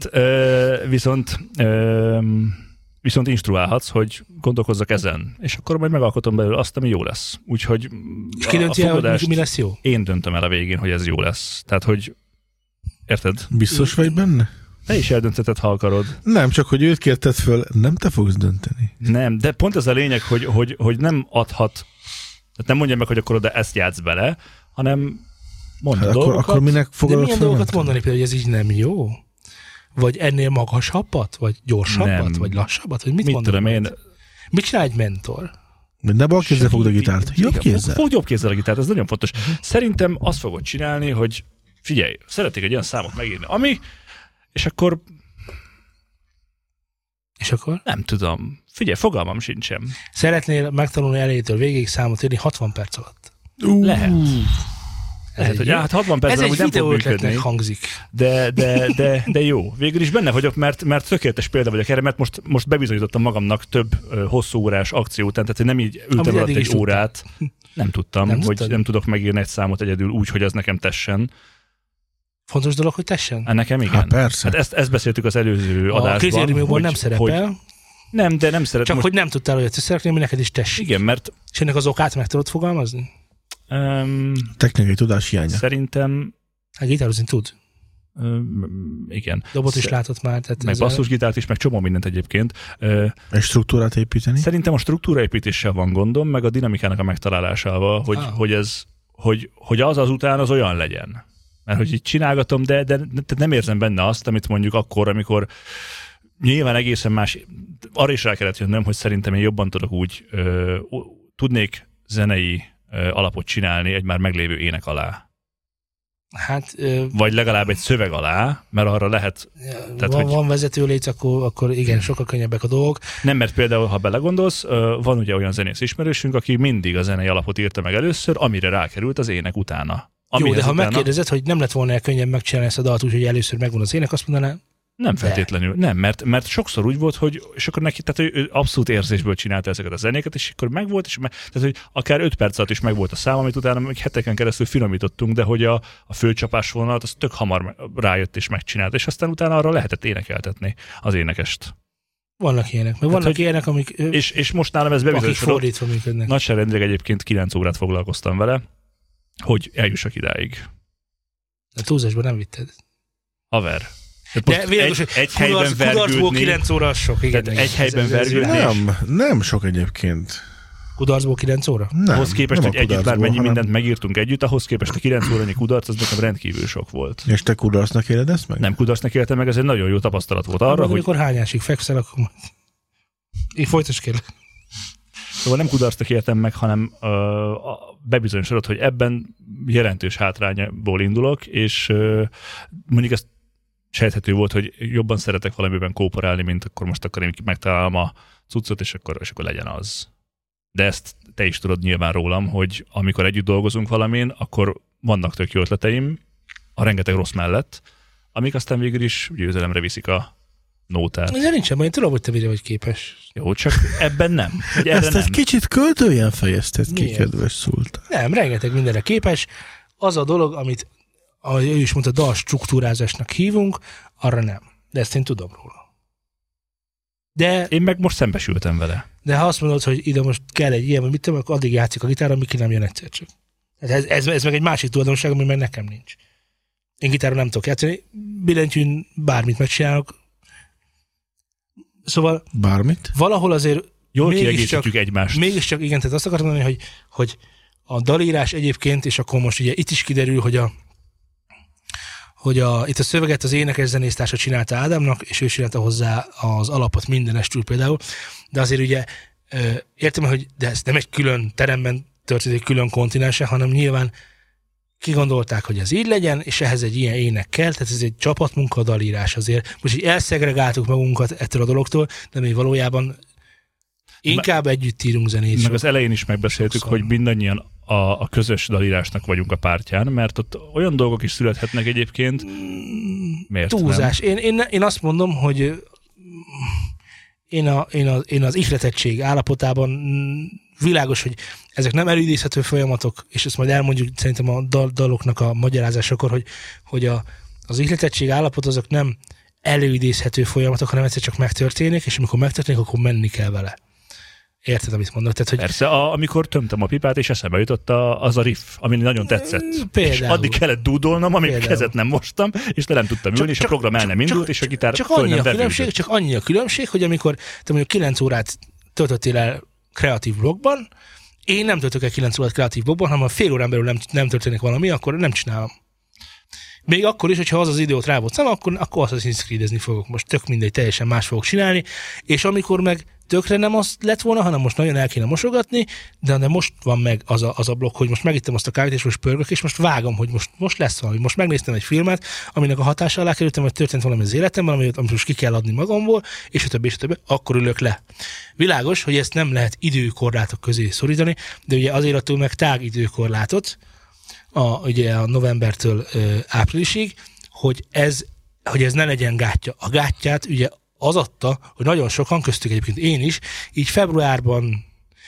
Viszont instruálhatsz, hogy gondolkozzak ezen, és akkor majd megalkotom belőle azt, ami jó lesz. Úgyhogy
És ki dönti el, hogy mi lesz jó?
én döntöm el a végén, hogy ez jó lesz. Tehát, hogy érted?
Biztos vagy benne?
Te is eldöntheted, ha akarod.
Nem, csak hogy őt kérted föl, nem te fogsz dönteni.
Nem, de pont ez a lényeg, hogy nem adhat, tehát nem mondja meg, hogy akkor oda ezt játsz bele, hanem mondd
Hát
dolgokat.
akkor minek
De
fogalod
milyen
föl?
dolgokat mondani például, hogy ez így nem jó? Vagy ennél magasabbat? Vagy gyorsabbat?
Nem.
Vagy lassabbat? Vagy mit
Mit
mondani?
tudom én?
Mit csinál egy mentor?
Ne bal kézzel fogd a gitárt. Jobb
Igen,
kézzel.
Fogd jobb kézzel a gitárt, ez nagyon fontos. Szerintem azt fogod csinálni, hogy figyelj, szeretnék egy olyan számot megírni, ami, és akkor
És akkor?
nem tudom, figyelj, fogalmam sincsen.
Szeretnél megtanulni elejétől végig számot írni 60 perc alatt.
Lehet. Lehet,
egy
hogy
jó-
hát 60
Ez
percben
egy
úgy nem fog
videó ötletnek
működni,
hangzik.
de jó. Végül is benne vagyok, mert tökéletes példa vagyok erre, mert most bebizonyítottam magamnak több hosszú órás akció után, tehát én nem így ültem
Amit
alatt
eddig is
egy órát. Nem tudtam,
Nem
hogy
tudtad?
nem tudok megírni egy számot egyedül úgy, hogy az nekem tessen.
Fontos dolog, hogy tessen?
Nekem igen.
Hát persze.
Hát ezt beszéltük az előző
A
adásban.
kritériumokban nem szerepel,
Hogy nem, de nem szeret.
csak
Most,
hogy nem tudtál olyat összerakni, ami neked is tessék.
igen, mert
És ennek az okát meg tudod fogalmazni?
Technikai tudás hiánya.
szerintem
Hát gitározni tud.
igen.
Dobot is látott már. Tehát
Meg
ezzel-
basszusgitárt is, meg csomó mindent egyébként.
Egy struktúrát építeni.
Szerintem a struktúraépítéssel van gondom, meg a dinamikának a megtalálásával, hogy az azután az olyan legyen. Mert hogy így csinálgatom, de nem érzem benne azt, amit mondjuk akkor, amikor nyilván egészen más, arra is rá kellett jönnöm, hogy szerintem én jobban tudok úgy, tudnék zenei alapot csinálni egy már meglévő ének alá.
Hát
Vagy legalább egy szöveg alá, mert arra lehet. Tehát, hogy-
van vezetőléc, akkor igen, sokkal könnyebbek a dolgok.
Nem, mert például, ha belegondolsz, van ugye olyan zenész ismerősünk, aki mindig a zenei alapot írta meg először, amire rákerült az ének utána.
Jó,
Amihez
de ha
utána-
megkérdezed, hogy nem lett volna könnyebb megcsinálni ezt a dalt úgy, hogy először megvan az ének, azt mondaná,
Nem feltétlenül. Nem, mert sokszor úgy volt, hogy és akkor neki, tehát ő abszolút érzésből csinálta ezeket a zenéket, és akkor megvolt, és tehát, hogy akár 5 perc alatt is megvolt a szám, amit utána még heteken keresztül finomítottunk, de hogy a főcsapás vonalat, az tök hamar rájött és megcsinált, és aztán utána arra lehetett énekeltetni az énekest.
Vannak ilyenek, meg vannak ilyenek, amik
és most nálam ez bebizonyosodott.
fordítva működnek.
Nagyságrendileg egyébként 9 órát foglalkoztam vele, hogy eljussak idáig.
A túlzásban nem vitted.
Haver.
De világos,
egy helyben
kudarcból 9 óra az sok. Igen,
egy helyben vergődni.
Nem sok egyébként.
Kudarcból 9 óra?
Nem,
ahhoz képest,
nem
hogy együtt már mennyi
hanem...
mindent megírtunk együtt, ahhoz képest a 9 órányi kudarc, az nekem rendkívül sok volt.
És te kudarcnak éled ezt meg?
Nem kudarcnak éltem meg, ez egy nagyon jó tapasztalat volt arra, hogy...
Amikor hányásig fekszel, akkor... Így folytasd kérlek.
Szóval nem kudarcnak éltem meg, hanem bebizonyosodott, hogy ebben jelentős hátrányból indulok, és mondjuk ezt sejthető volt, hogy jobban szeretek valamiben kooperálni, mint akkor most én megtalálom a cuccot, és akkor legyen az. De ezt te is tudod nyilván rólam, hogy amikor együtt dolgozunk valamin, akkor vannak tök jó ötleteim, a rengeteg rossz mellett, amik aztán végül is győzelemre viszik a nótát.
De nincsen, majd én tudom, hogy te mire vagy képes.
Jó, csak ebben nem.
Ezt egy kicsit költően fejezted ki,
Miért?
kedves Szultán.
Nem, rengeteg mindenre képes. Az a dolog, amit ahogy ő is mondta, dal struktúrázásnak hívunk, arra nem. De ezt én tudom róla. De,
én meg most szembesültem vele.
De ha azt mondod, hogy ide most kell egy ilyen, vagy mit tudom, akkor addig játszik a gitárra, amíg ki nem jön egyszer csak. Ez meg egy másik tulajdonság, ami meg nekem nincs. Én gitáron nem tudok játszani, billentyűn bármit megcsinálok. Szóval
bármit?
Valahol azért
jól kiegészítjük egymást.
Mégiscsak, igen, tehát azt akartam mondani, hogy a dalírás egyébként, és akkor most ugye itt is kiderül, hogy itt a szöveget az énekes zenésztársa csinálta Ádámnak, és ő csinálta hozzá az alapot mindenestül például, de azért ugye értem, hogy de ez nem egy külön teremben történik, külön kontinensen, hanem nyilván kigondolták, hogy ez így legyen, és ehhez egy ilyen ének kell, tehát ez egy csapatmunka, a dalírás azért. Most így elszegregáltuk magunkat ettől a dologtól, de még valójában inkább együtt írunk zenét.
Meg az elején is megbeszéltük, hogy mindannyian a közös dalírásnak vagyunk a pártján, mert ott olyan dolgok is születhetnek egyébként. Miért
túlzás. Én azt mondom, hogy én az ihletettség állapotában világos, hogy ezek nem előidézhető folyamatok, és ezt majd elmondjuk szerintem a daloknak a magyarázásakor, hogy az ihletettség állapot azok nem előidézhető folyamatok, hanem egyszer csak megtörténik, és amikor megtörténik, akkor menni kell vele. Érted, amit mondok? Tehát, hogy...
Persze, amikor tömtem a pipát, és eszembe jutott az a riff, ami nagyon tetszett.
Például.
És addig kellett dúdolnom, amíg kezet nem mostam, és le nem tudtam ülni, és a program el nem indult, és a gitár föl nem vevődött.
Csak annyi a különbség, hogy amikor te mondjuk 9 órát töltöttél el kreatív blogban, én nem töltök el 9 órát kreatív blogban, hanem ha fél órán belül nem történik valami, akkor nem csinálom. Még akkor is, hogyha az időt rábocam, akkor Assassin's Creed-ezni fogok. Most tök mindegy, teljesen más fogok csinálni, és amikor meg tökre nem az lett volna, hanem most nagyon el kéne mosogatni, de most van meg az a blokk, hogy most megittem azt a kávét, és most pörgök, és most vágom, hogy most lesz valami. Most megnéztem egy filmet, aminek a hatása alá kerültem, hogy történt valami az életemben, amit most ki kell adni magamból, és a többi, akkor ülök le. Világos, hogy ezt nem lehet időkorlátok közé szorítani, de ugye azért adtunk meg tág időkorlátot, ugye a novembertől áprilisig, hogy ez ne legyen gátja. A gátját ugye az adta, hogy nagyon sokan, köztük egyébként én is, így februárban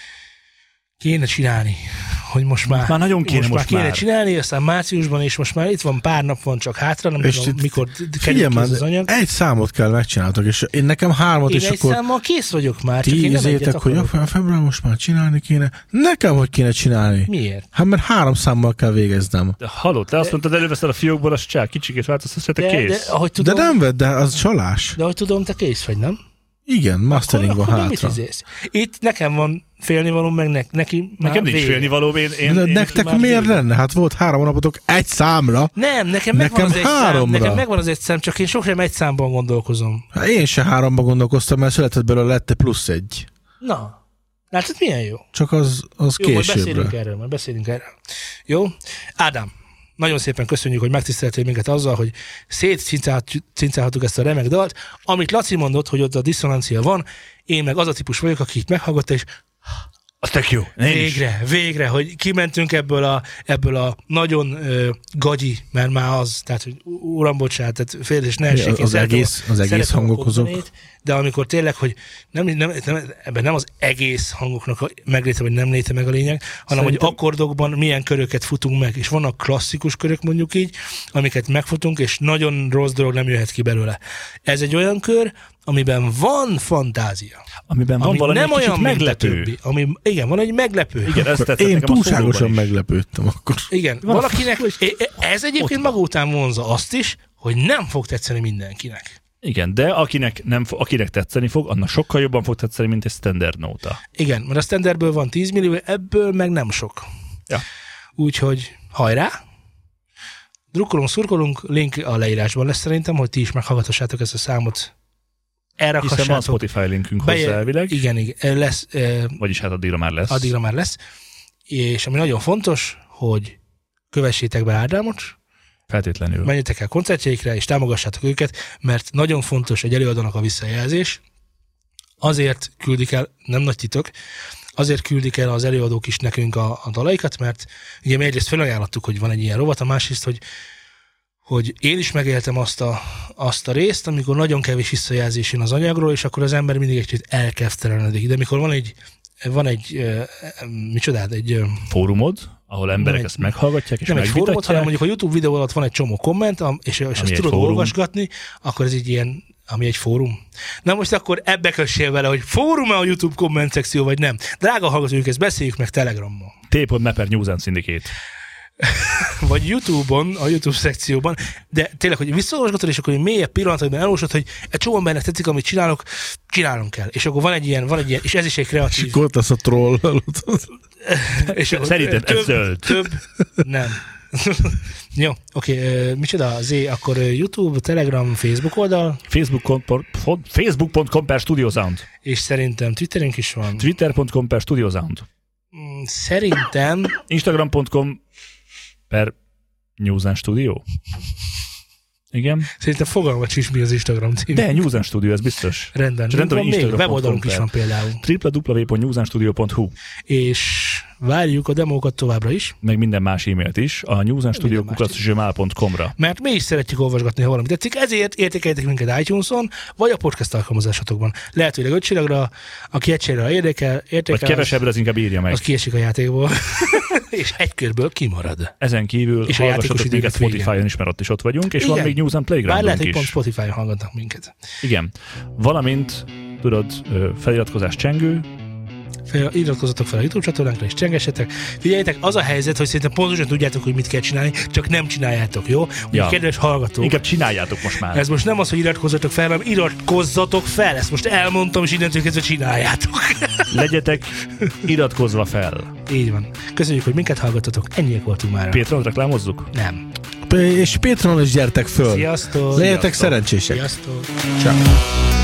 kéne csinálni, hogy most már
nagyon kéne
csinálni, aztán márciusban, és most már itt van pár nap van csak hátra, nem tudom, mikor
kerül ki az anyag. Egy számot kell megcsináltok, és én nekem 3, és
akkor... Én egy számmal kész vagyok már, csak én nem egyet
hogy február most már csinálni kéne. Nekem hogy kéne csinálni?
Miért?
Hát mert 3 számmal kell végeznem.
De hallott, te azt mondtad, előveszel a fiókból, az csak kicsikét változtatsz, te kész.
De nem vedd, de az csalás.
De ahogy tudom, te kész vagy, nem?
Igen, mastering van hátra.
Itt nekem van félnivalóm, meg neki
nekem nincs félnivalóm.
De nektek miért lenne? Hát volt 3 hónapotok egy számra.
Nem, nekem megvan az egy szám. Nekem megvan az egy szám, csak én sosem egy számban gondolkozom.
Hát én se 3-ban gondolkoztam, mert született belőle lett +1.
Na, látod milyen jó?
Csak az
jó,
későbbre.
Majd beszélünk erről. Jó? Ádám, nagyon szépen köszönjük, hogy megtiszteltél minket azzal, hogy szétcincálhattuk ezt a remek dalt. Amit Laci mondott, hogy ott a diszonancia van, én meg az a típus vagyok, aki itt meghallgatta, és
Az tök jó.
Végre, hogy kimentünk ebből a nagyon gagyi, mert már az, tehát, hogy uram, bocsánat, tehát félres ne essék.
Az egész hangokozók.
De amikor tényleg, hogy ebben nem az egész hangoknak a megléte vagy nem léte meg a lényeg, hanem hogy akkordokban milyen köröket futunk meg, és vannak klasszikus körök mondjuk így, amiket megfutunk, és nagyon rossz dolog nem jöhet ki belőle. Ez egy olyan kör, amiben van fantázia.
Amiben van valami nem olyan meglepő.
Igen, van egy meglepő.
Igen,
én túlságosan meglepődtem akkor.
Igen, valakinek, ez egyébként maga után vonza azt is, hogy nem fog tetszeni mindenkinek.
Igen, de akinek tetszeni fog, annak sokkal jobban fog tetszeni, mint egy standard nóta.
Igen, mert a standardből van 10 millió, ebből meg nem sok.
Ja.
Úgyhogy hajrá! Drukkolunk, szurkolunk, link a leírásban lesz szerintem, hogy ti is meghallgathassátok ezt a számot. Elrakhassátok.
Hiszen van Spotify linkünk hozzá elvileg.
Igen, lesz.
Vagyis hát addigra már lesz.
És ami nagyon fontos, hogy kövessétek be Ádámot,
feltétlenül.
Menjetek el koncertjeikre, és támogassátok őket, mert nagyon fontos egy előadónak a visszajelzés. Azért küldik el, nem nagy titok, azért küldik el az előadók is nekünk a dalaikat, mert ugye mi egyrészt felajánlottuk, hogy van egy ilyen rovat, a másrészt, hogy én is megéltem azt a részt, amikor nagyon kevés visszajelzés jön az anyagról, és akkor az ember mindig egy kicsit elkezdtelenedik. De amikor van egy
fórumod, ahol emberek ezt meghallgatják, és
nem
megvitatják.
egy fórumot, hanem mondjuk a YouTube videó alatt van egy csomó komment, és azt tudod olvasgatni, akkor ez így ilyen, ami egy fórum. Na most akkor ebbe kössél vele, hogy fórum-e a YouTube komment szekció, vagy nem. Drága hallgatójuk, ezt beszéljük meg Telegramon.
t.me/News and Syndicate.
Vagy YouTube-on, a YouTube szekcióban, de tényleg, hogy visszaolvasgatod, és akkor egy mélyebb pillanatban elolvasod, hogy egy csomó embernek tetszik, amit csinálnom kell. És akkor van egy ilyen, és ez is egy kreatív.
És ott lesz a troll.
És szerinted ez zöld?
Több, nem. Jó, oké, micsoda, akkor YouTube, Telegram, Facebook oldal.
Facebook.com/StudioSound.
És szerintem Twitterünk is van.
Twitter.com/StudioSound.
Szerintem
Instagram.com/News and Studio. Igen.
Szerintem fogalmat sincs, mi az Instagram cím.
De News and Studio, ez biztos.
Rendben. Van még weboldalunk is van például.
www.newsandstudio.hu.
És várjuk a demókat továbbra is.
Meg minden más e-mailt is a newsandstudio@gmail.com-ra.
Mert mi is szeretjük olvasgatni, ha valami tetszik, ezért értékeljetek minket iTunes-on, vagy a podcast alkalmazásatokban. Lehetőleg 5 csillagra, aki egy csillagra érdekel,
vagy kevesebbre, az inkább írja meg.
Az kiesik a játékból. És egy körből kimarad.
Ezen kívül hallgassatok minket Spotify-on is, mert ott is ott vagyunk, és igen. Van még News and Playground-unk is.
Bár lehet, hogy pont Spotify-on hallgatnak minket.
Igen. Valamint, tudod, feliratkozás csengő.
Iratkozzatok fel a YouTube csatornánkra, és csengessetek. Figyeljetek, az a helyzet, hogy szerintem pontosan tudjátok, hogy mit kell csinálni, csak nem csináljátok, jó? Ja. Kedves hallgatók.
Inkább csináljátok most már.
Ez most nem az, hogy iratkozzatok fel, hanem iratkozzatok fel. Ezt most elmondtam, és innentől kezdve csináljátok.
Legyetek iratkozva fel.
Így van. Köszönjük, hogy minket hallgatotok. Ennyiek voltunk már.
Patreon-t reklámozzuk?
Nem.
És Patreon is gyertek föl.
Sziasztok.
Legyetek szerencsések.
Sziasztok.
Ciao.